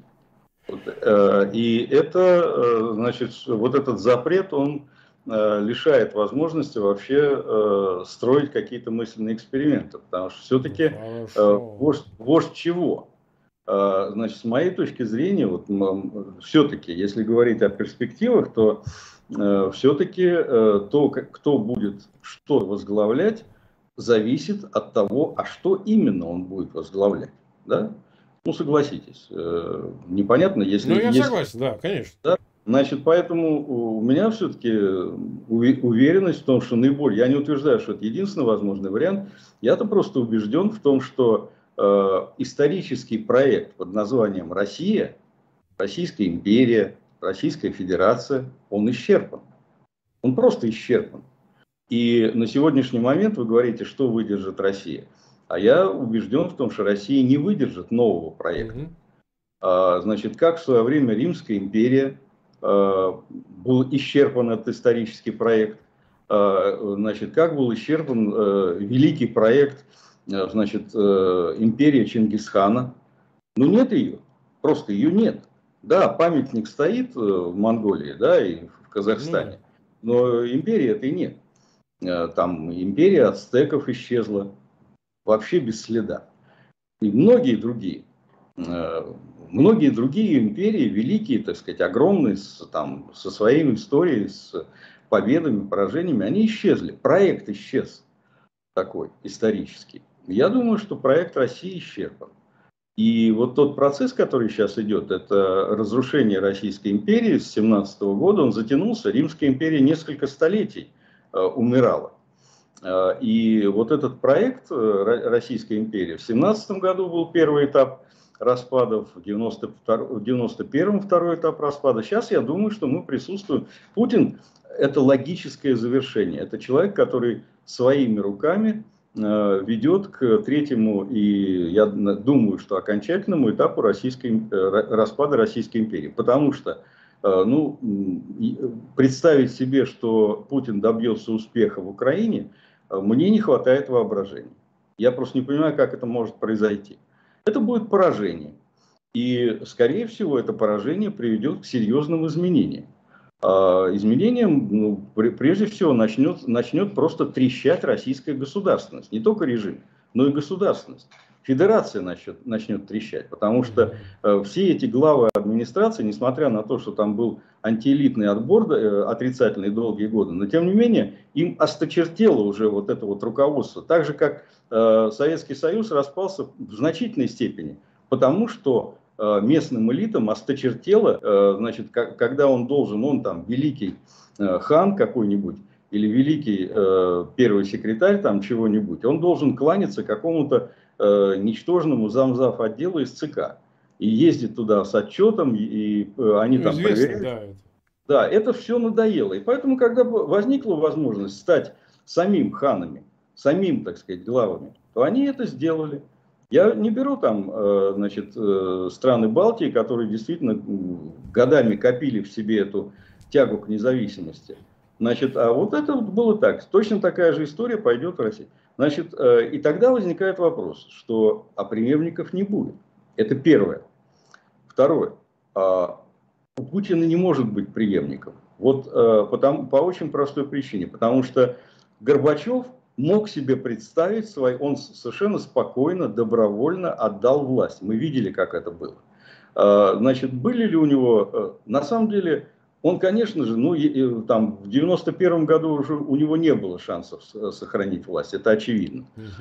И это, значит, вот этот запрет, он лишает возможности вообще строить какие-то мысленные эксперименты. Потому что все-таки вождь чего? Значит, с моей точки зрения, вот, все-таки, если говорить о перспективах, то все-таки то, кто будет что возглавлять, зависит от того, а что именно он будет возглавлять. Да? Ну, согласитесь, непонятно, если... Ну, я согласен, да, конечно. Да? Значит, поэтому у меня все-таки уверенность в том, что наиболее... Я не утверждаю, что это единственный возможный вариант. Я-то просто убежден в том, что исторический проект под названием «Россия», Российская империя, Российская Федерация, он исчерпан. Он просто исчерпан. И на сегодняшний момент вы говорите, что выдержит Россия. А я убежден в том, что Россия не выдержит нового проекта. Значит, как в свое время Римская империя был исчерпан этот исторический проект, значит, как был исчерпан великий проект, значит, империя Чингисхана. Ну, нет ее, просто ее нет. Да, памятник стоит в Монголии, да, и в Казахстане, но империи этой нет. Там империя ацтеков исчезла вообще без следа. И многие другие империи, великие, так сказать, огромные, там, со своей историей, с победами, поражениями, они исчезли. Проект исчез такой исторический. Я думаю, что проект России исчерпан. И вот тот процесс, который сейчас идет, это разрушение Российской империи с 17 года, он затянулся. Римская империя несколько столетий умирала. И вот этот проект Российской империи в 17 году был первый этап распада, в 91-м второй этап распада. Сейчас я думаю, что мы присутствуем. Путин – это логическое завершение. Это человек, который своими руками ведет к третьему и, я думаю, что окончательному этапу распада Российской империи. Потому что ну, представить себе, что Путин добьется успеха в Украине, мне не хватает воображения. Я просто не понимаю, как это может произойти. Это будет поражение. И, скорее всего, это поражение приведет к серьезным изменениям. Изменением, ну, прежде всего, начнет просто трещать российская государственность. Не только режим, но и государственность. Федерация начнет трещать, потому что все эти главы администрации, несмотря на то, что там был антиэлитный отбор отрицательный долгие годы, но тем не менее им осточертело уже вот это вот руководство. Так же, как Советский Союз распался в значительной степени, потому что местным элитам осточертело, значит, когда он должен, он там великий хан какой-нибудь, или великий первый секретарь там чего-нибудь, он должен кланяться какому-то ничтожному замзав отдела из ЦК. И ездит туда с отчетом, и они там проверяют. Да, да, это все надоело. И поэтому, когда возникла возможность стать самим ханами, самим, так сказать, главами, то они это сделали. Я не беру там, значит, страны Балтии, которые действительно годами копили в себе эту тягу к независимости. Значит, а вот это было так. Точно такая же история пойдет в России. Значит, и тогда возникает вопрос, что преемников не будет. Это первое. Второе. У Путина не может быть преемников. Вот по очень простой причине. Потому что Горбачев мог себе представить, он совершенно спокойно, добровольно отдал власть. Мы видели, как это было. Значит, были ли у него, на самом деле, он, конечно же, ну, там, в 91 году уже у него не было шансов сохранить власть, это очевидно.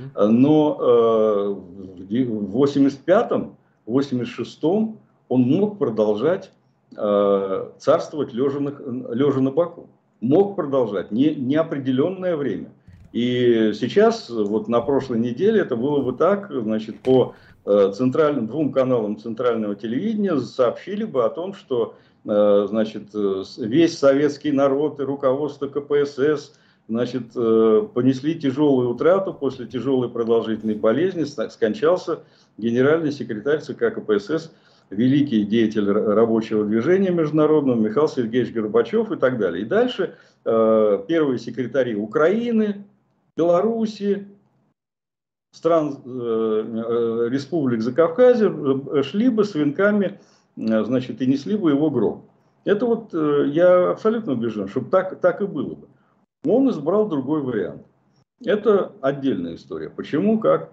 Но в 85-м, 86-м он мог продолжать царствовать лежа на боку. Мог продолжать неопределенное время. И сейчас, вот на прошлой неделе, это было бы так, значит, по двум каналам центрального телевидения сообщили бы о том, что значит, весь советский народ и руководство КПСС, значит, понесли тяжелую утрату, после тяжелой продолжительной болезни скончался генеральный секретарь ЦК КПСС, великий деятель рабочего движения международного Михаил Сергеевич Горбачев и так далее. И дальше первые секретари Украины, Белоруссии, стран республик Закавказья шли бы с венками, значит, и несли бы его гроб. Это вот я абсолютно убежден, чтобы так и было бы. Он избрал другой вариант. Это отдельная история. Почему, как?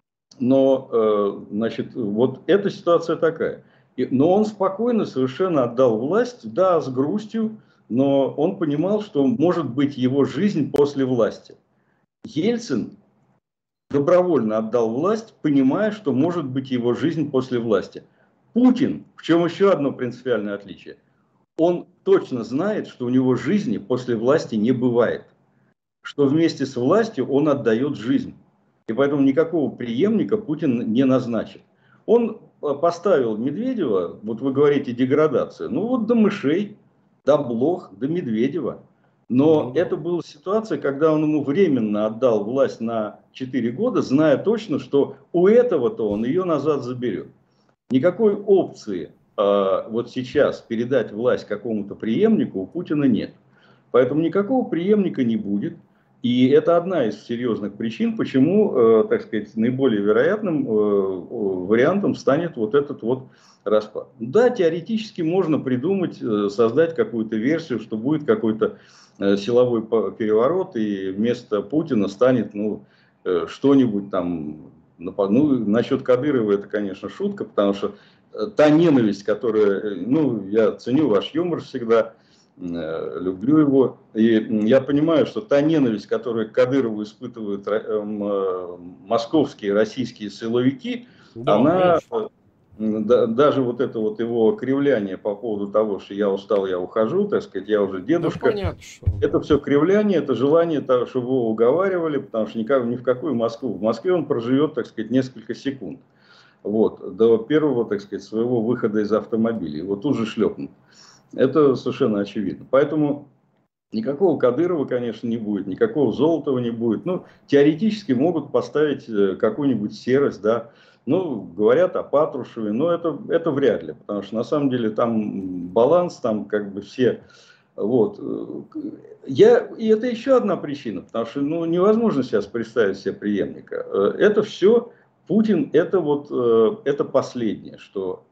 Но, значит, вот эта ситуация такая. Но он спокойно совершенно отдал власть, да, с грустью, но он понимал, что может быть его жизнь после власти. Ельцин добровольно отдал власть, понимая, что может быть его жизнь после власти. Путин, в чем еще одно принципиальное отличие, он точно знает, что у него жизни после власти не бывает, что вместе с властью он отдает жизнь. И поэтому никакого преемника Путин не назначит. Он поставил Медведева, вот вы говорите деградация, ну вот до мышей, до блох, до Медведева. Но это была ситуация, когда он ему временно отдал власть на 4 года, зная точно, что у этого-то он ее назад заберет. Никакой опции вот сейчас передать власть какому-то преемнику у Путина нет. Поэтому никакого преемника не будет. И это одна из серьезных причин, почему, так сказать, наиболее вероятным вариантом станет вот этот вот распад. Да, теоретически можно придумать, создать какую-то версию, что будет какой-то силовой переворот, и вместо Путина станет что-нибудь там. Ну, насчет Кадырова это, конечно, шутка, потому что та ненависть, которая, я ценю ваш юмор всегда, люблю его. И я понимаю, что та ненависть, которую к Кадырову испытывают московские, российские силовики, Да, она, конечно. даже вот это вот его кривляние по поводу того, что я устал, я ухожу, так сказать, я уже дедушка. Да, понятно, что... Это все кривляние, это желание, чтобы его уговаривали, потому что ни в какую Москву. В Москве он проживет, так сказать, несколько секунд. Вот, до первого, так сказать, своего выхода из автомобиля. Его тут же шлепнут. Это совершенно очевидно. Поэтому никакого Кадырова, конечно, не будет, никакого Золотова не будет. Теоретически могут поставить какую-нибудь серость, да. Говорят о Патрушеве, но это вряд ли, потому что на самом деле там баланс, там как бы все... Вот. И это еще одна причина, потому что невозможно сейчас представить себе преемника. Это все, Путин, это последнее, что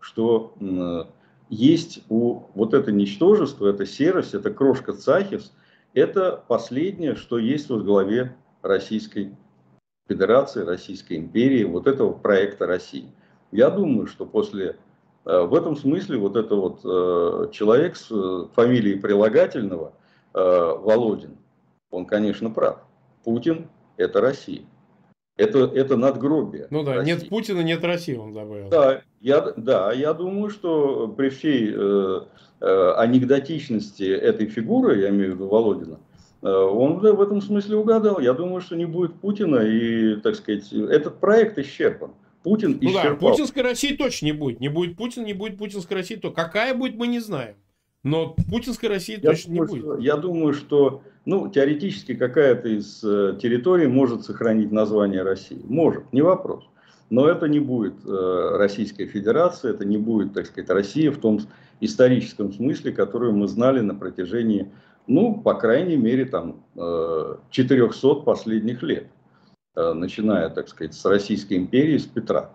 есть у вот это ничтожество, это серость, это крошка Цахис, это последнее, что есть в главе Российской Федерации, Российской империи, вот этого проекта России. Я думаю, что в этом смысле вот это вот человек с фамилией прилагательного, Володин, он, конечно, прав. Путин – это Россия. Это надгробие. Ну да, России. нет Путина, нет России, он добавил. Да, я думаю, что при всей анекдотичности этой фигуры, я имею в виду Володина, он в этом смысле угадал. Я думаю, что не будет Путина, и, так сказать, этот проект исчерпан. Путин исчерпал. Да, путинской России точно не будет. Не будет Путина, не будет путинской России. То какая будет, мы не знаем. Но путинской России точно не будет. Я думаю, что теоретически какая-то из территорий может сохранить название России. Может, не вопрос. Но это не будет Российская Федерация, это не будет, так сказать, Россия в том историческом смысле, которую мы знали на протяжении, по крайней мере, 400 последних лет. Начиная, так сказать, с Российской империи, с Петра.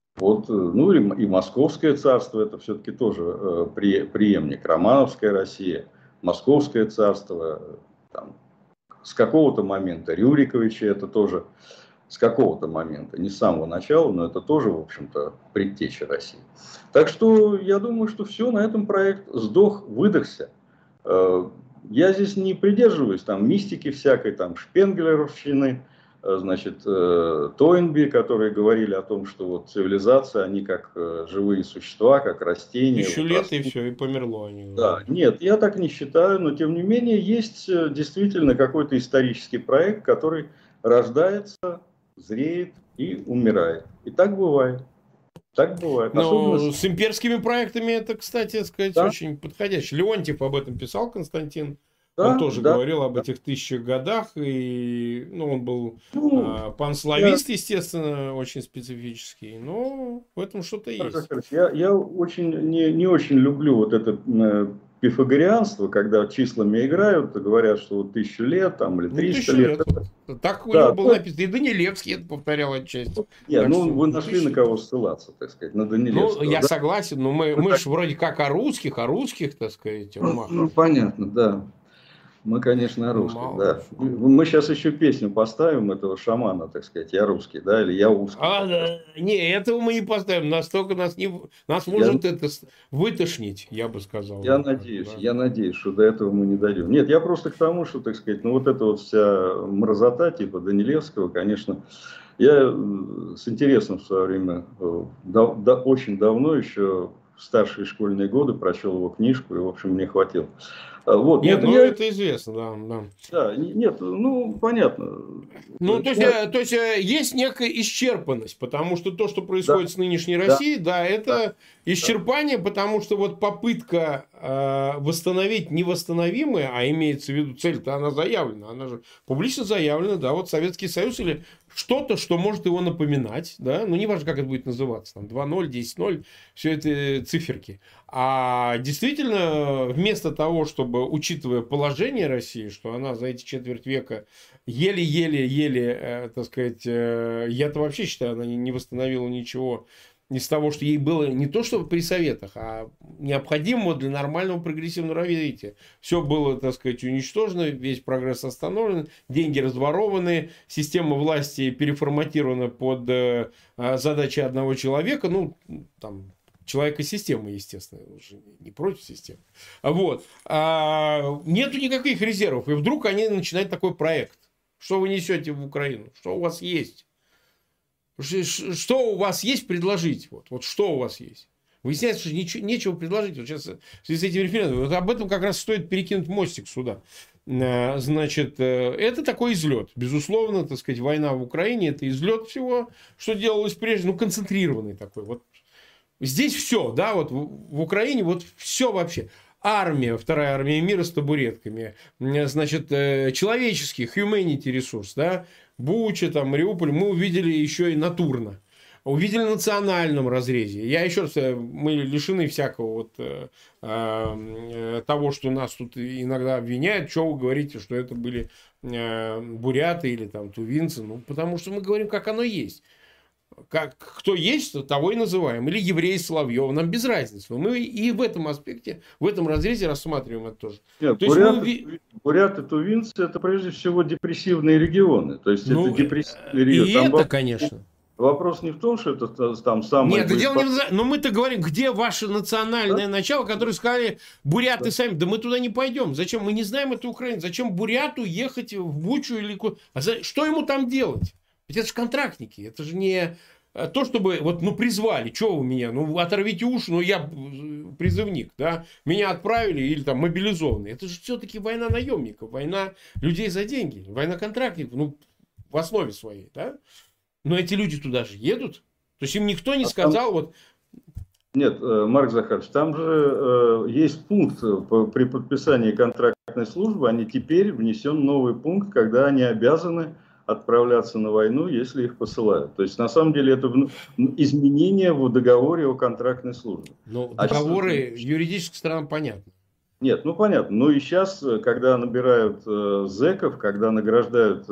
И Московское царство, это все-таки тоже преемник. Романовская Россия, Московское царство, с какого-то момента Рюриковича, это тоже с какого-то момента, не с самого начала, но это тоже, в общем-то, предтеча России. Так что я думаю, что все, на этом проект сдох, выдохся. Я здесь не придерживаюсь мистики всякой, шпенгелеровщины, значит, Тойнби, которые говорили о том, что цивилизация, они как живые существа, как растения. 1000 лет и все, и померло они. Да, нет, я так не считаю, но тем не менее есть действительно какой-то исторический проект, который рождается, зреет и умирает. И так бывает. Так бывает. Но с имперскими проектами это, кстати, сказать, да? Очень подходящий. Леонтьев об этом писал, Константин. Да, он тоже говорил об этих 1000 годах. И, он был панславист, естественно, очень специфический. Но в этом что-то есть. Я очень, не очень люблю вот это пифагорианство, когда числами играют, говорят, что 1000 лет или 300 лет. Так у него было написано. И Данилевский это повторял отчасти. Нет, вы нашли на кого ссылаться, так сказать, на Данилевского. Я согласен, но мы же вроде как о русских, так сказать. Понятно, да. Мы, конечно, русские, да. Мы сейчас еще песню поставим этого шамана, так сказать, я русский, да, или я узкий. Да. Не, этого мы не поставим, настолько нас может это вытошнить, я бы сказал. Я надеюсь, что до этого мы не дойдем. Нет, я просто к тому, что, так сказать, вот эта вот вся мразота типа Данилевского, конечно, я с интересом в свое время, очень давно еще, в старшие школьные годы прочел его книжку, и, в общем, мне хватило. Это известно, да. Да, нет, понятно. То есть есть некая исчерпанность, потому что то, что происходит с нынешней Россией, это исчерпание, потому что попытка восстановить невосстановимое, а имеется в виду цель-то она заявлена, она же публично заявлена, Советский Союз или что-то, что может его напоминать, неважно, как это будет называться, 2.0, 10.0, все это циферки. А действительно, вместо того, чтобы, учитывая положение России, что она за эти четверть века еле-еле-еле, так сказать, я-то вообще считаю, она не восстановила ничего из того, что ей было не то, чтобы при советах, а необходимого для нормального прогрессивного развития. Все было, так сказать, уничтожено, весь прогресс остановлен, деньги разворованы, система власти переформатирована под задачи одного человека, ну, там, человека системы, естественно, уже не против системы. Вот. Нету никаких резервов. И вдруг они начинают такой проект. Что вы несете в Украину? Что у вас есть? Что у вас есть предложить? Вот что у вас есть? Выясняется, что нечего предложить. Вот сейчас в связи с этим референдумом. Вот об этом как раз стоит перекинуть мостик сюда. Значит, это такой излет. Безусловно, так сказать, война в Украине – это излет всего, что делалось прежде. Ну, концентрированный такой. Вот здесь все, да, вот в Украине вот все вообще. Армия, вторая армия мира с табуретками. Значит, человеческий, humanity ресурс, да, Буча, там, Мариуполь мы увидели еще и натурно. Увидели в национальном разрезе. Я еще раз, мы лишены всякого вот того, что нас тут иногда обвиняют. Что вы говорите, что это были буряты или там тувинцы? Ну, потому что мы говорим, как оно есть. Кто есть, того и называем. Или еврей Соловьев. Нам без разницы. Но мы и в этом аспекте, в этом разрезе рассматриваем это тоже. Нет, То буряты, тувинцы – это прежде всего депрессивные регионы. То есть это депрессивные регионы. И там это, конечно. Вопрос не в том, что это там самое... Нет, дело не в... Но мы-то говорим, где ваше национальное начало, которое сказали, буряты сами. Да мы туда не пойдем. Зачем? Мы не знаем эту Украину. Зачем буряту ехать в Бучу или... Что ему там делать? Ведь это же контрактники. Это же не то, чтобы... Вот, ну, призвали. Что вы меня? Ну, оторвите уши. Ну, я призывник, да? Меня отправили или там мобилизованные. Это же все-таки война наемников. Война людей за деньги. Война контрактников. Ну, в основе своей, да? Но эти люди туда же едут. То есть им никто не сказал... Вот... Нет, Марк Захарович, там же есть пункт при подписании контрактной службы, они теперь внесен новый пункт, когда они обязаны отправляться на войну, если их посылают. То есть, на самом деле, это изменение в договоре о контрактной службе. Ну, договоры юридической стороны понятно. Нет, ну понятно. Ну и сейчас, когда набирают зэков, когда награждают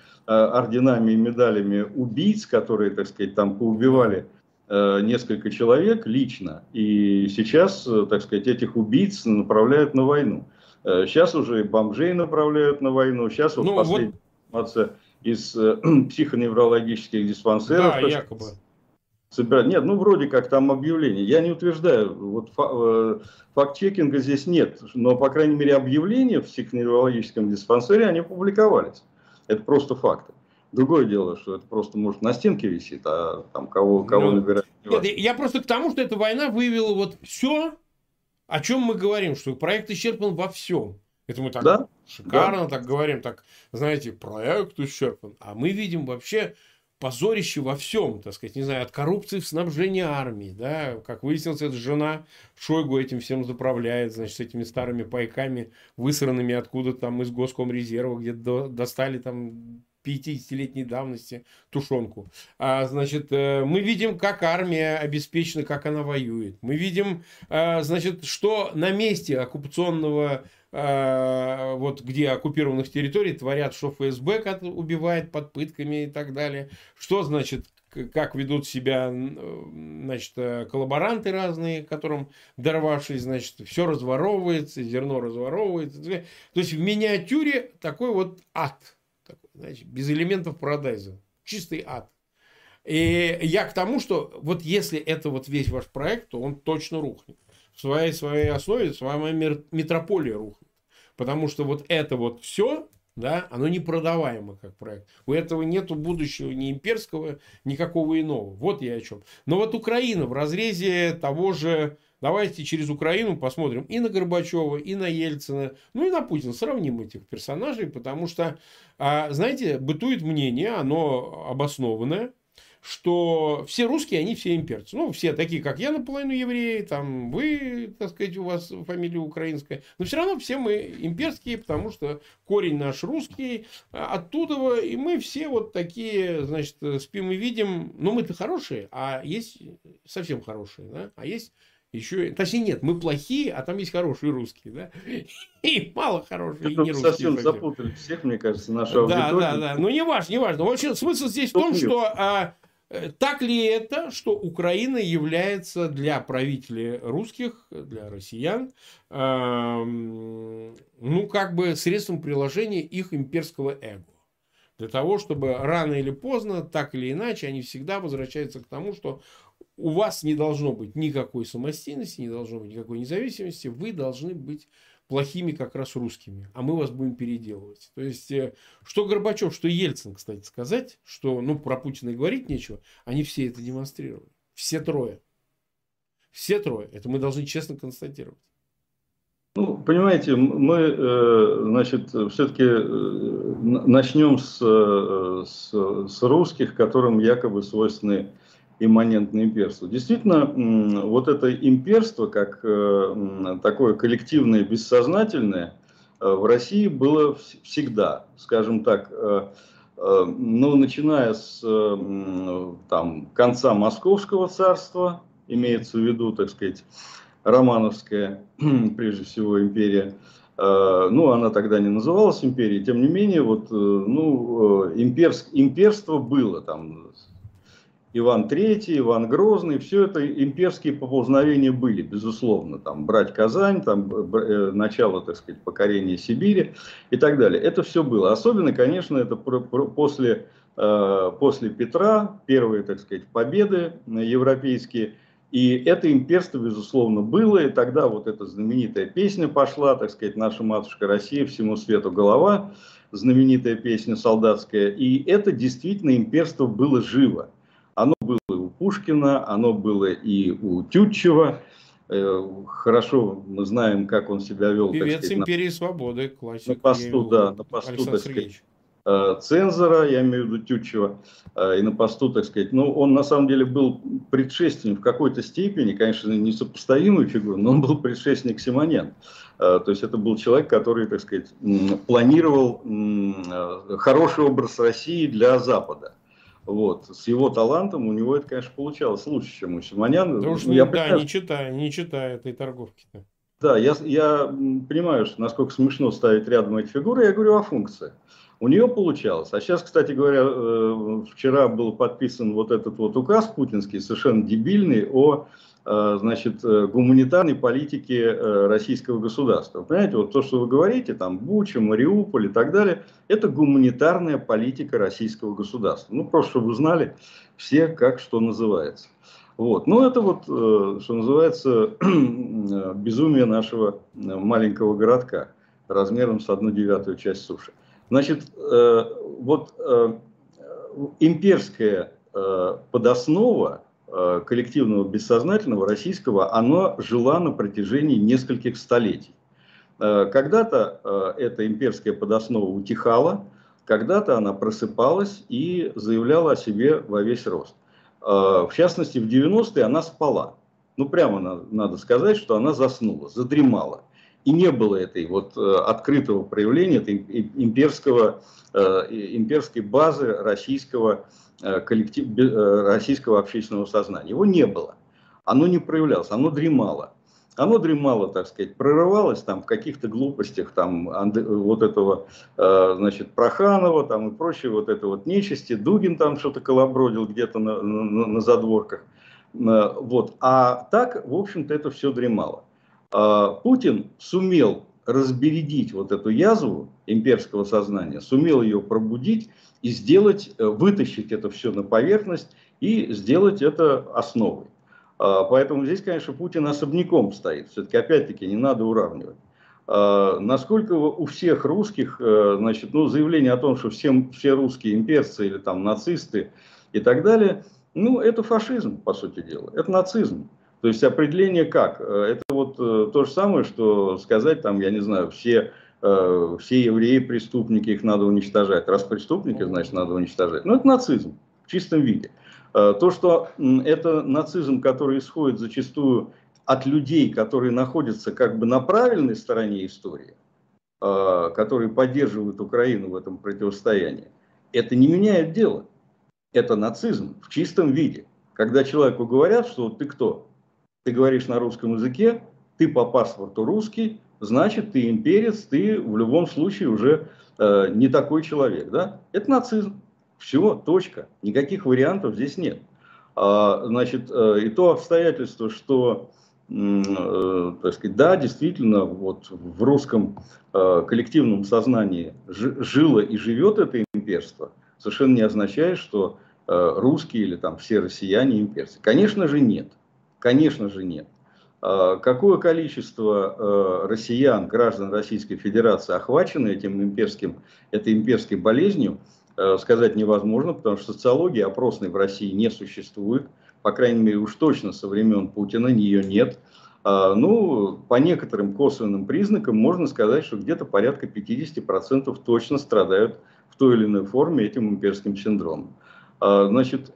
орденами и медалями убийц, которые, так сказать, там поубивали несколько человек лично, и сейчас, так сказать, этих убийц направляют на войну. Сейчас уже и бомжей направляют на войну. Сейчас вот последняя информация из психоневрологических диспансеров. Да, якобы. Собирать. Нет, ну вроде как там объявление. Я не утверждаю, вот факт-чекинга здесь нет, но, по крайней мере, объявления в психоневрологическом диспансере, они публиковались. Это просто факты. Другое дело, что это просто, может, на стенке висит, а там кого набирать. Нет, я просто к тому, что эта война выявила вот все, о чем мы говорим, что проект исчерпан во всем. Это мы так шикарно так говорим, так, знаете, проект исчерпан. А мы видим вообще позорище во всем, так сказать, не знаю, от коррупции в снабжении армии, да, как выяснилось, эта жена Шойгу этим всем заправляет, значит, с этими старыми пайками, высранными откуда-то там из Госкомрезерва, где-то достали там 50-летней давности тушенку. Значит, мы видим, как армия обеспечена, как она воюет. Мы видим, значит, что на месте оккупационного, вот где оккупированных территорий творят, что ФСБ убивает под пытками и так далее. Что, значит, как ведут себя, значит, коллаборанты разные, которым дорвавшись, значит, все разворовывается, зерно разворовывается. То есть в миниатюре такой вот ад. Такой, знаете, без элементов парадайза. Чистый ад. И я к тому, что вот если это вот весь ваш проект, то он точно рухнет. В своей основе своя метрополия рухнет. Потому что вот это вот все, да, оно непродаваемо как проект. У этого нету будущего ни имперского, никакого иного. Вот я о чем. Но вот Украина в разрезе того же... Давайте через Украину посмотрим и на Горбачева, и на Ельцина, ну и на Путина. Сравним этих персонажей, потому что, знаете, бытует мнение, оно обоснованное, что все русские, они все имперцы. Ну, все такие, как я, наполовину евреи, там вы, так сказать, у вас фамилия украинская. Но все равно все мы имперские, потому что корень наш русский, оттуда, и мы все вот такие, значит, спим и видим. Ну, мы-то хорошие, а есть совсем хорошие, да? А есть Еще, точнее, нет, мы плохие, а там есть хорошие русские, да? И мало хорошие, и Это не вы русские совсем совсем. запутали всех, мне кажется, нашу Да, да, аудиторию. да. Ну, не важно, не важно. В общем, смысл здесь в том, что так ли это, что Украина является для правителей русских, для россиян, ну, как бы средством приложения их имперского эго. Для того, чтобы рано или поздно, так или иначе, они всегда возвращаются к тому, что у вас не должно быть никакой самостоятельности, не должно быть никакой независимости, вы должны быть плохими как раз русскими, а мы вас будем переделывать. То есть, что Горбачев, что Ельцин, кстати, сказать, что, ну, про Путина и говорить нечего, они все это демонстрировали. Все трое. Все трое. Это мы должны честно констатировать. Ну, понимаете, мы, значит, все-таки начнем с русских, которым якобы свойственны имманентное имперство. Действительно, вот это имперство, как такое коллективное, бессознательное, в России было всегда, скажем так, ну, начиная с там, конца Московского царства, имеется в виду, так сказать, Романовская, прежде всего, империя. Ну, она тогда не называлась империей, тем не менее, вот, ну, имперство было там. Иван III, Иван Грозный, все это имперские поползновения были, безусловно. Там брать Казань, там начало, так сказать, покорения Сибири и так далее. Это все было. Особенно, конечно, это после Петра, первые, так сказать, победы европейские. И это имперство, безусловно, было. И тогда вот эта знаменитая песня пошла, так сказать, «Наша матушка Россия, всему свету голова», знаменитая песня солдатская. И это действительно имперство было живо. Оно было и у Пушкина, оно было и у Тютчева. Хорошо мы знаем, как он себя вел, Певец так сказать, империи свободы, классик, на посту, да, на посту, Александр так сказать, Сергеевич. цензора, я имею в виду Тютчева, и на посту, так сказать. Но он на самом деле был предшественник в какой-то степени, конечно, несопоставимой фигурой, но он был предшественник Симоненко. То есть это был человек, который, так сказать, планировал хороший образ России для Запада. Вот. С его талантом у него это, конечно, получалось лучше, чем у Симоняна. Да уж, Я да, понимаю, не читая этой торговки-то. да, я понимаю, что насколько смешно ставить рядом эти фигуры, я говорю о функции. У нее получалось. А сейчас, кстати говоря, вчера был подписан вот этот вот указ путинский, совершенно дебильный, о, значит, гуманитарной политике российского государства. Понимаете, вот то, что вы говорите, там, Буча, Мариуполь и так далее, это гуманитарная политика российского государства. Ну, просто чтобы вы знали все, как что называется. Вот. Ну, это вот, что называется, безумие нашего маленького городка размером с 1/9 часть суши. Значит, вот имперская подоснова коллективного бессознательного российского, она жила на протяжении нескольких столетий. Когда-то эта имперская подоснова утихала, когда-то она просыпалась и заявляла о себе во весь рост. В частности, в 90-е она спала. Ну, прямо надо сказать, что она заснула, задремала. И не было этой вот открытого проявления этой имперской базы российского общественного сознания. Его не было. Оно не проявлялось, оно дремало. Оно дремало, так сказать, прорывалось там в каких-то глупостях там вот этого, значит, Проханова там и прочее вот это вот нечисти. Дугин там что-то колобродил где-то на задворках. Вот. А так, в общем-то, это все дремало. Путин сумел разбередить вот эту язву имперского сознания, сумел ее пробудить и сделать, вытащить это все на поверхность и сделать это основой. Поэтому здесь, конечно, Путин особняком стоит. Все-таки, опять-таки, не надо уравнивать. Насколько у всех русских, значит, ну, заявление о том, что все русские имперцы или там нацисты и так далее, ну, это фашизм, по сути дела. Это нацизм. То есть определение как? Это вот то же самое, что сказать, там, я не знаю, все евреи преступники, их надо уничтожать. Раз преступники, значит, надо уничтожать. Ну, это нацизм в чистом виде. То, что это нацизм, который исходит зачастую от людей, которые находятся как бы на правильной стороне истории, которые поддерживают Украину в этом противостоянии, это не меняет дело. Это нацизм в чистом виде. Когда человеку говорят, что ты кто? ты говоришь на русском языке, ты по паспорту русский, значит, ты имперец, ты в любом случае уже не такой человек. Да? Это нацизм. Все, точка. Никаких вариантов здесь нет. Значит, и то обстоятельство, что, так сказать, да, действительно, вот в русском коллективном сознании жило и живет это имперство, совершенно не означает, что русские или там все россияне имперцы. Конечно же нет. Конечно же нет. Какое количество россиян, граждан Российской Федерации охвачено этой имперской болезнью, сказать невозможно, потому что социологии опросной в России не существует. По крайней мере, уж точно со времен Путина ее нет. Ну, по некоторым косвенным признакам можно сказать, что где-то порядка 50% точно страдают в той или иной форме этим имперским синдромом. Значит,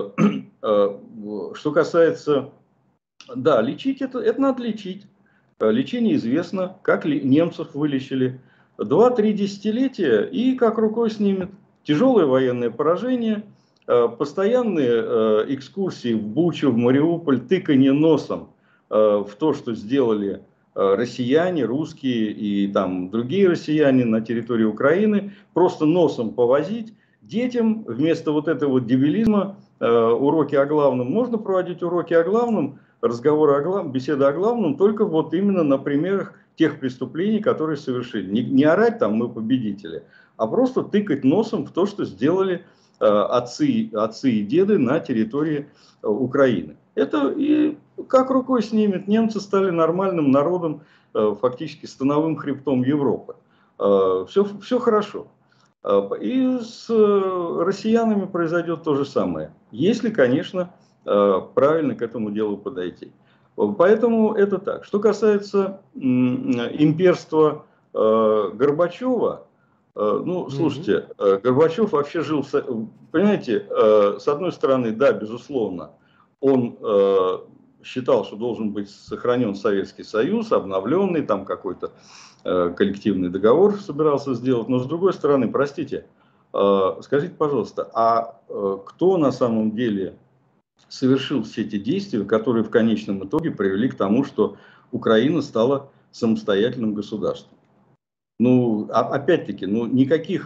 что касается... Да, лечить это надо лечить. Лечение известно, как немцев вылечили. 2-3 десятилетия и как рукой снимет. Тяжелое военное поражение, постоянные экскурсии в Бучу, в Мариуполь, тыканье носом в то, что сделали россияне, русские и там другие россияне на территории Украины, просто носом повозить. Детям вместо вот этого дебилизма уроки о главном, можно проводить уроки о главном, разговоры о главном, беседы о главном, только вот именно на примерах тех преступлений, которые совершили. Не орать там «мы победители», а просто тыкать носом в то, что сделали отцы и деды на территории Украины. Это и как рукой снимет. Немцы стали нормальным народом, фактически становым хребтом Европы. Все хорошо. И с россиянами произойдет то же самое, если, конечно, правильно к этому делу подойти. Поэтому это так. Что касается имперства Горбачева, ну, слушайте, Горбачев вообще жил, понимаете, с одной стороны, да, безусловно, он считал, что должен быть сохранен Советский Союз, обновленный, там какой-то коллективный договор собирался сделать, но с другой стороны, простите, скажите, пожалуйста, а кто на самом деле совершил все эти действия, которые в конечном итоге привели к тому, что Украина стала самостоятельным государством? Ну, опять-таки, ну, никаких,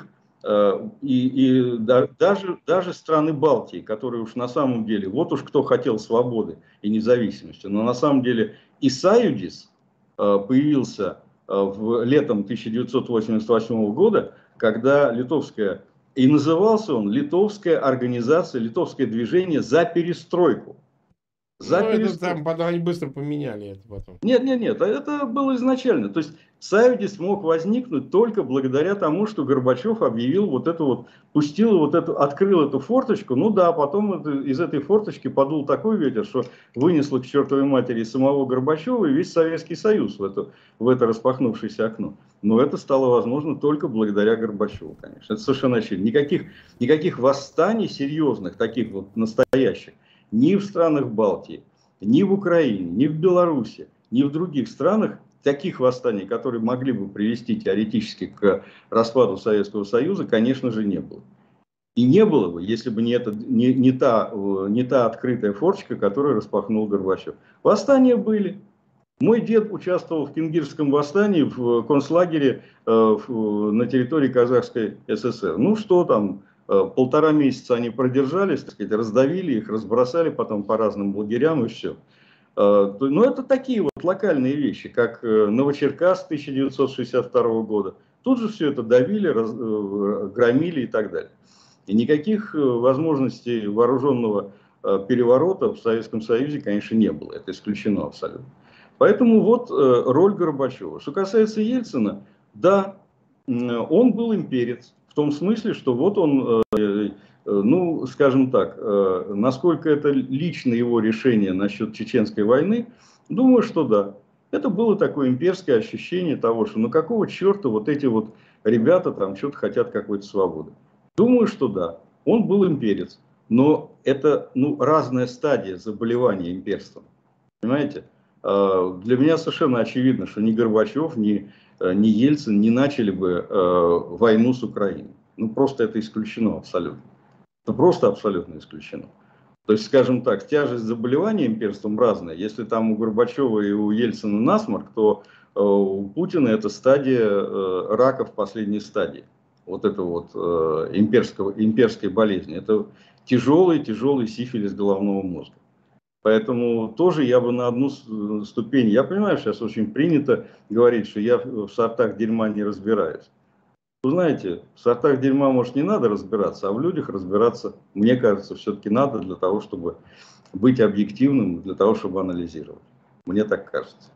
даже страны Балтии, которые уж на самом деле, вот уж кто хотел свободы и независимости, но на самом деле и Союзис появился летом 1988 года, когда литовская, и назывался он Литовская организация, Литовское движение за перестройку. За перестройку. Это там потом они быстро поменяли это потом. Нет, это было изначально. То есть Союз мог возникнуть только благодаря тому, что Горбачев объявил вот это вот, пустил вот эту, открыл эту форточку. Ну да, потом из этой форточки подул такой ветер, что вынесло к чертовой матери самого Горбачева и весь Советский Союз в это распахнувшееся окно. Но это стало возможно только благодаря Горбачеву, конечно. Это совершенно очевидно. Никаких восстаний серьезных, таких вот настоящих, ни в странах Балтии, ни в Украине, ни в Беларуси, ни в других странах таких восстаний, которые могли бы привести теоретически к распаду Советского Союза, конечно же, не было. И не было бы, если бы не та открытая форточка, которую распахнул Горбачев. Восстания были. Мой дед участвовал в Кингирском восстании в концлагере на территории Казахской ССР. Ну что там, 1,5 месяца они продержались, так сказать, раздавили их, разбросали потом по разным лагерям и все. Но это такие вот локальные вещи, как Новочеркасск 1962 года. Тут же все это давили, громили и так далее. И никаких возможностей вооруженного переворота в Советском Союзе, конечно, не было. Это исключено абсолютно. Поэтому вот роль Горбачева. Что касается Ельцина, да, он был имперец. В том смысле, что вот он, ну, скажем так, насколько это лично его решение насчет Чеченской войны, думаю, что да. Это было такое имперское ощущение того, что ну какого черта вот эти вот ребята там что-то хотят какой-то свободы. Думаю, что да, он был имперец. Но это ну, разная стадия заболевания имперством. Понимаете? Для меня совершенно очевидно, что ни Горбачев, ни Ельцин не начали бы войну с Украиной. Ну, просто это исключено абсолютно. Это просто абсолютно исключено. То есть, скажем так, тяжесть заболевания имперством разная. Если там у Горбачева и у Ельцина насморк, то у Путина это стадия рака в последней стадии. Вот это вот имперской болезни. Это тяжелый сифилис головного мозга. Поэтому тоже я бы на одну ступень. Я понимаю, сейчас очень принято говорить, что я в сортах дерьма не разбираюсь. Вы знаете, в сортах дерьма, может, не надо разбираться, а в людях разбираться, мне кажется, все-таки надо для того, чтобы быть объективным, для того, чтобы анализировать. Мне так кажется.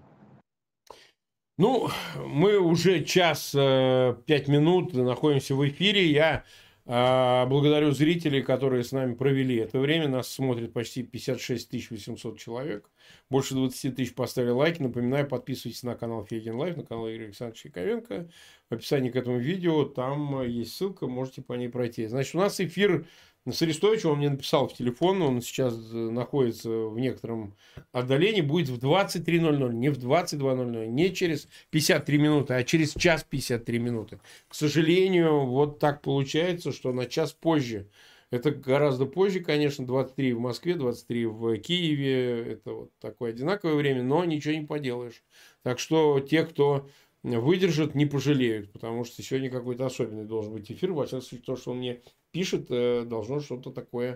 Ну, мы уже час 5 минут находимся в эфире. Я благодарю зрителей, которые с нами провели это время. Нас смотрит почти 56 800 человек. Больше 20 тысяч поставили лайки. Напоминаю, подписывайтесь на канал Фейгин Лайв, на канал Игоря Александровича Яковенко. В описании к этому видео там есть ссылка, можете по ней пройти. Значит, у нас эфир с Арестовичем, он мне написал в телефон, он сейчас находится в некотором отдалении, будет в 23:00, не в 22:00, не через 53 минуты, а через час 53 минуты. К сожалению, вот так получается, что на час позже. Это гораздо позже, конечно, 23 в Москве, 23 в Киеве. Это вот такое одинаковое время, но ничего не поделаешь. Так что те, кто выдержит, не пожалеют, потому что сегодня какой-то особенный должен быть эфир. Во всяком случае, то, что он мне пишет, должно что-то такое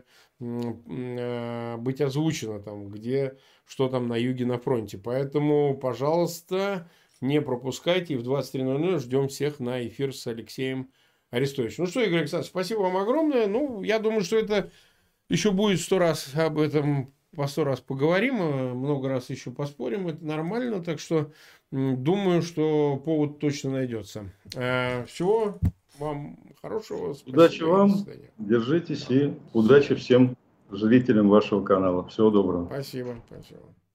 быть озвучено, там, где, что там на юге, на фронте. Поэтому, пожалуйста, не пропускайте. И в 23:00 ждем всех на эфир с Алексеем Арестовичем. Ну что, Игорь Александрович, спасибо вам огромное. Ну, я думаю, что это еще будет 100 раз об этом, по 100 раз поговорим, много раз еще поспорим, это нормально. Так что думаю, что повод точно найдется. Всего вам хорошего. Спасибо. Удачи вам, держитесь и удачи всем зрителям вашего канала. Всего доброго. Спасибо. Спасибо.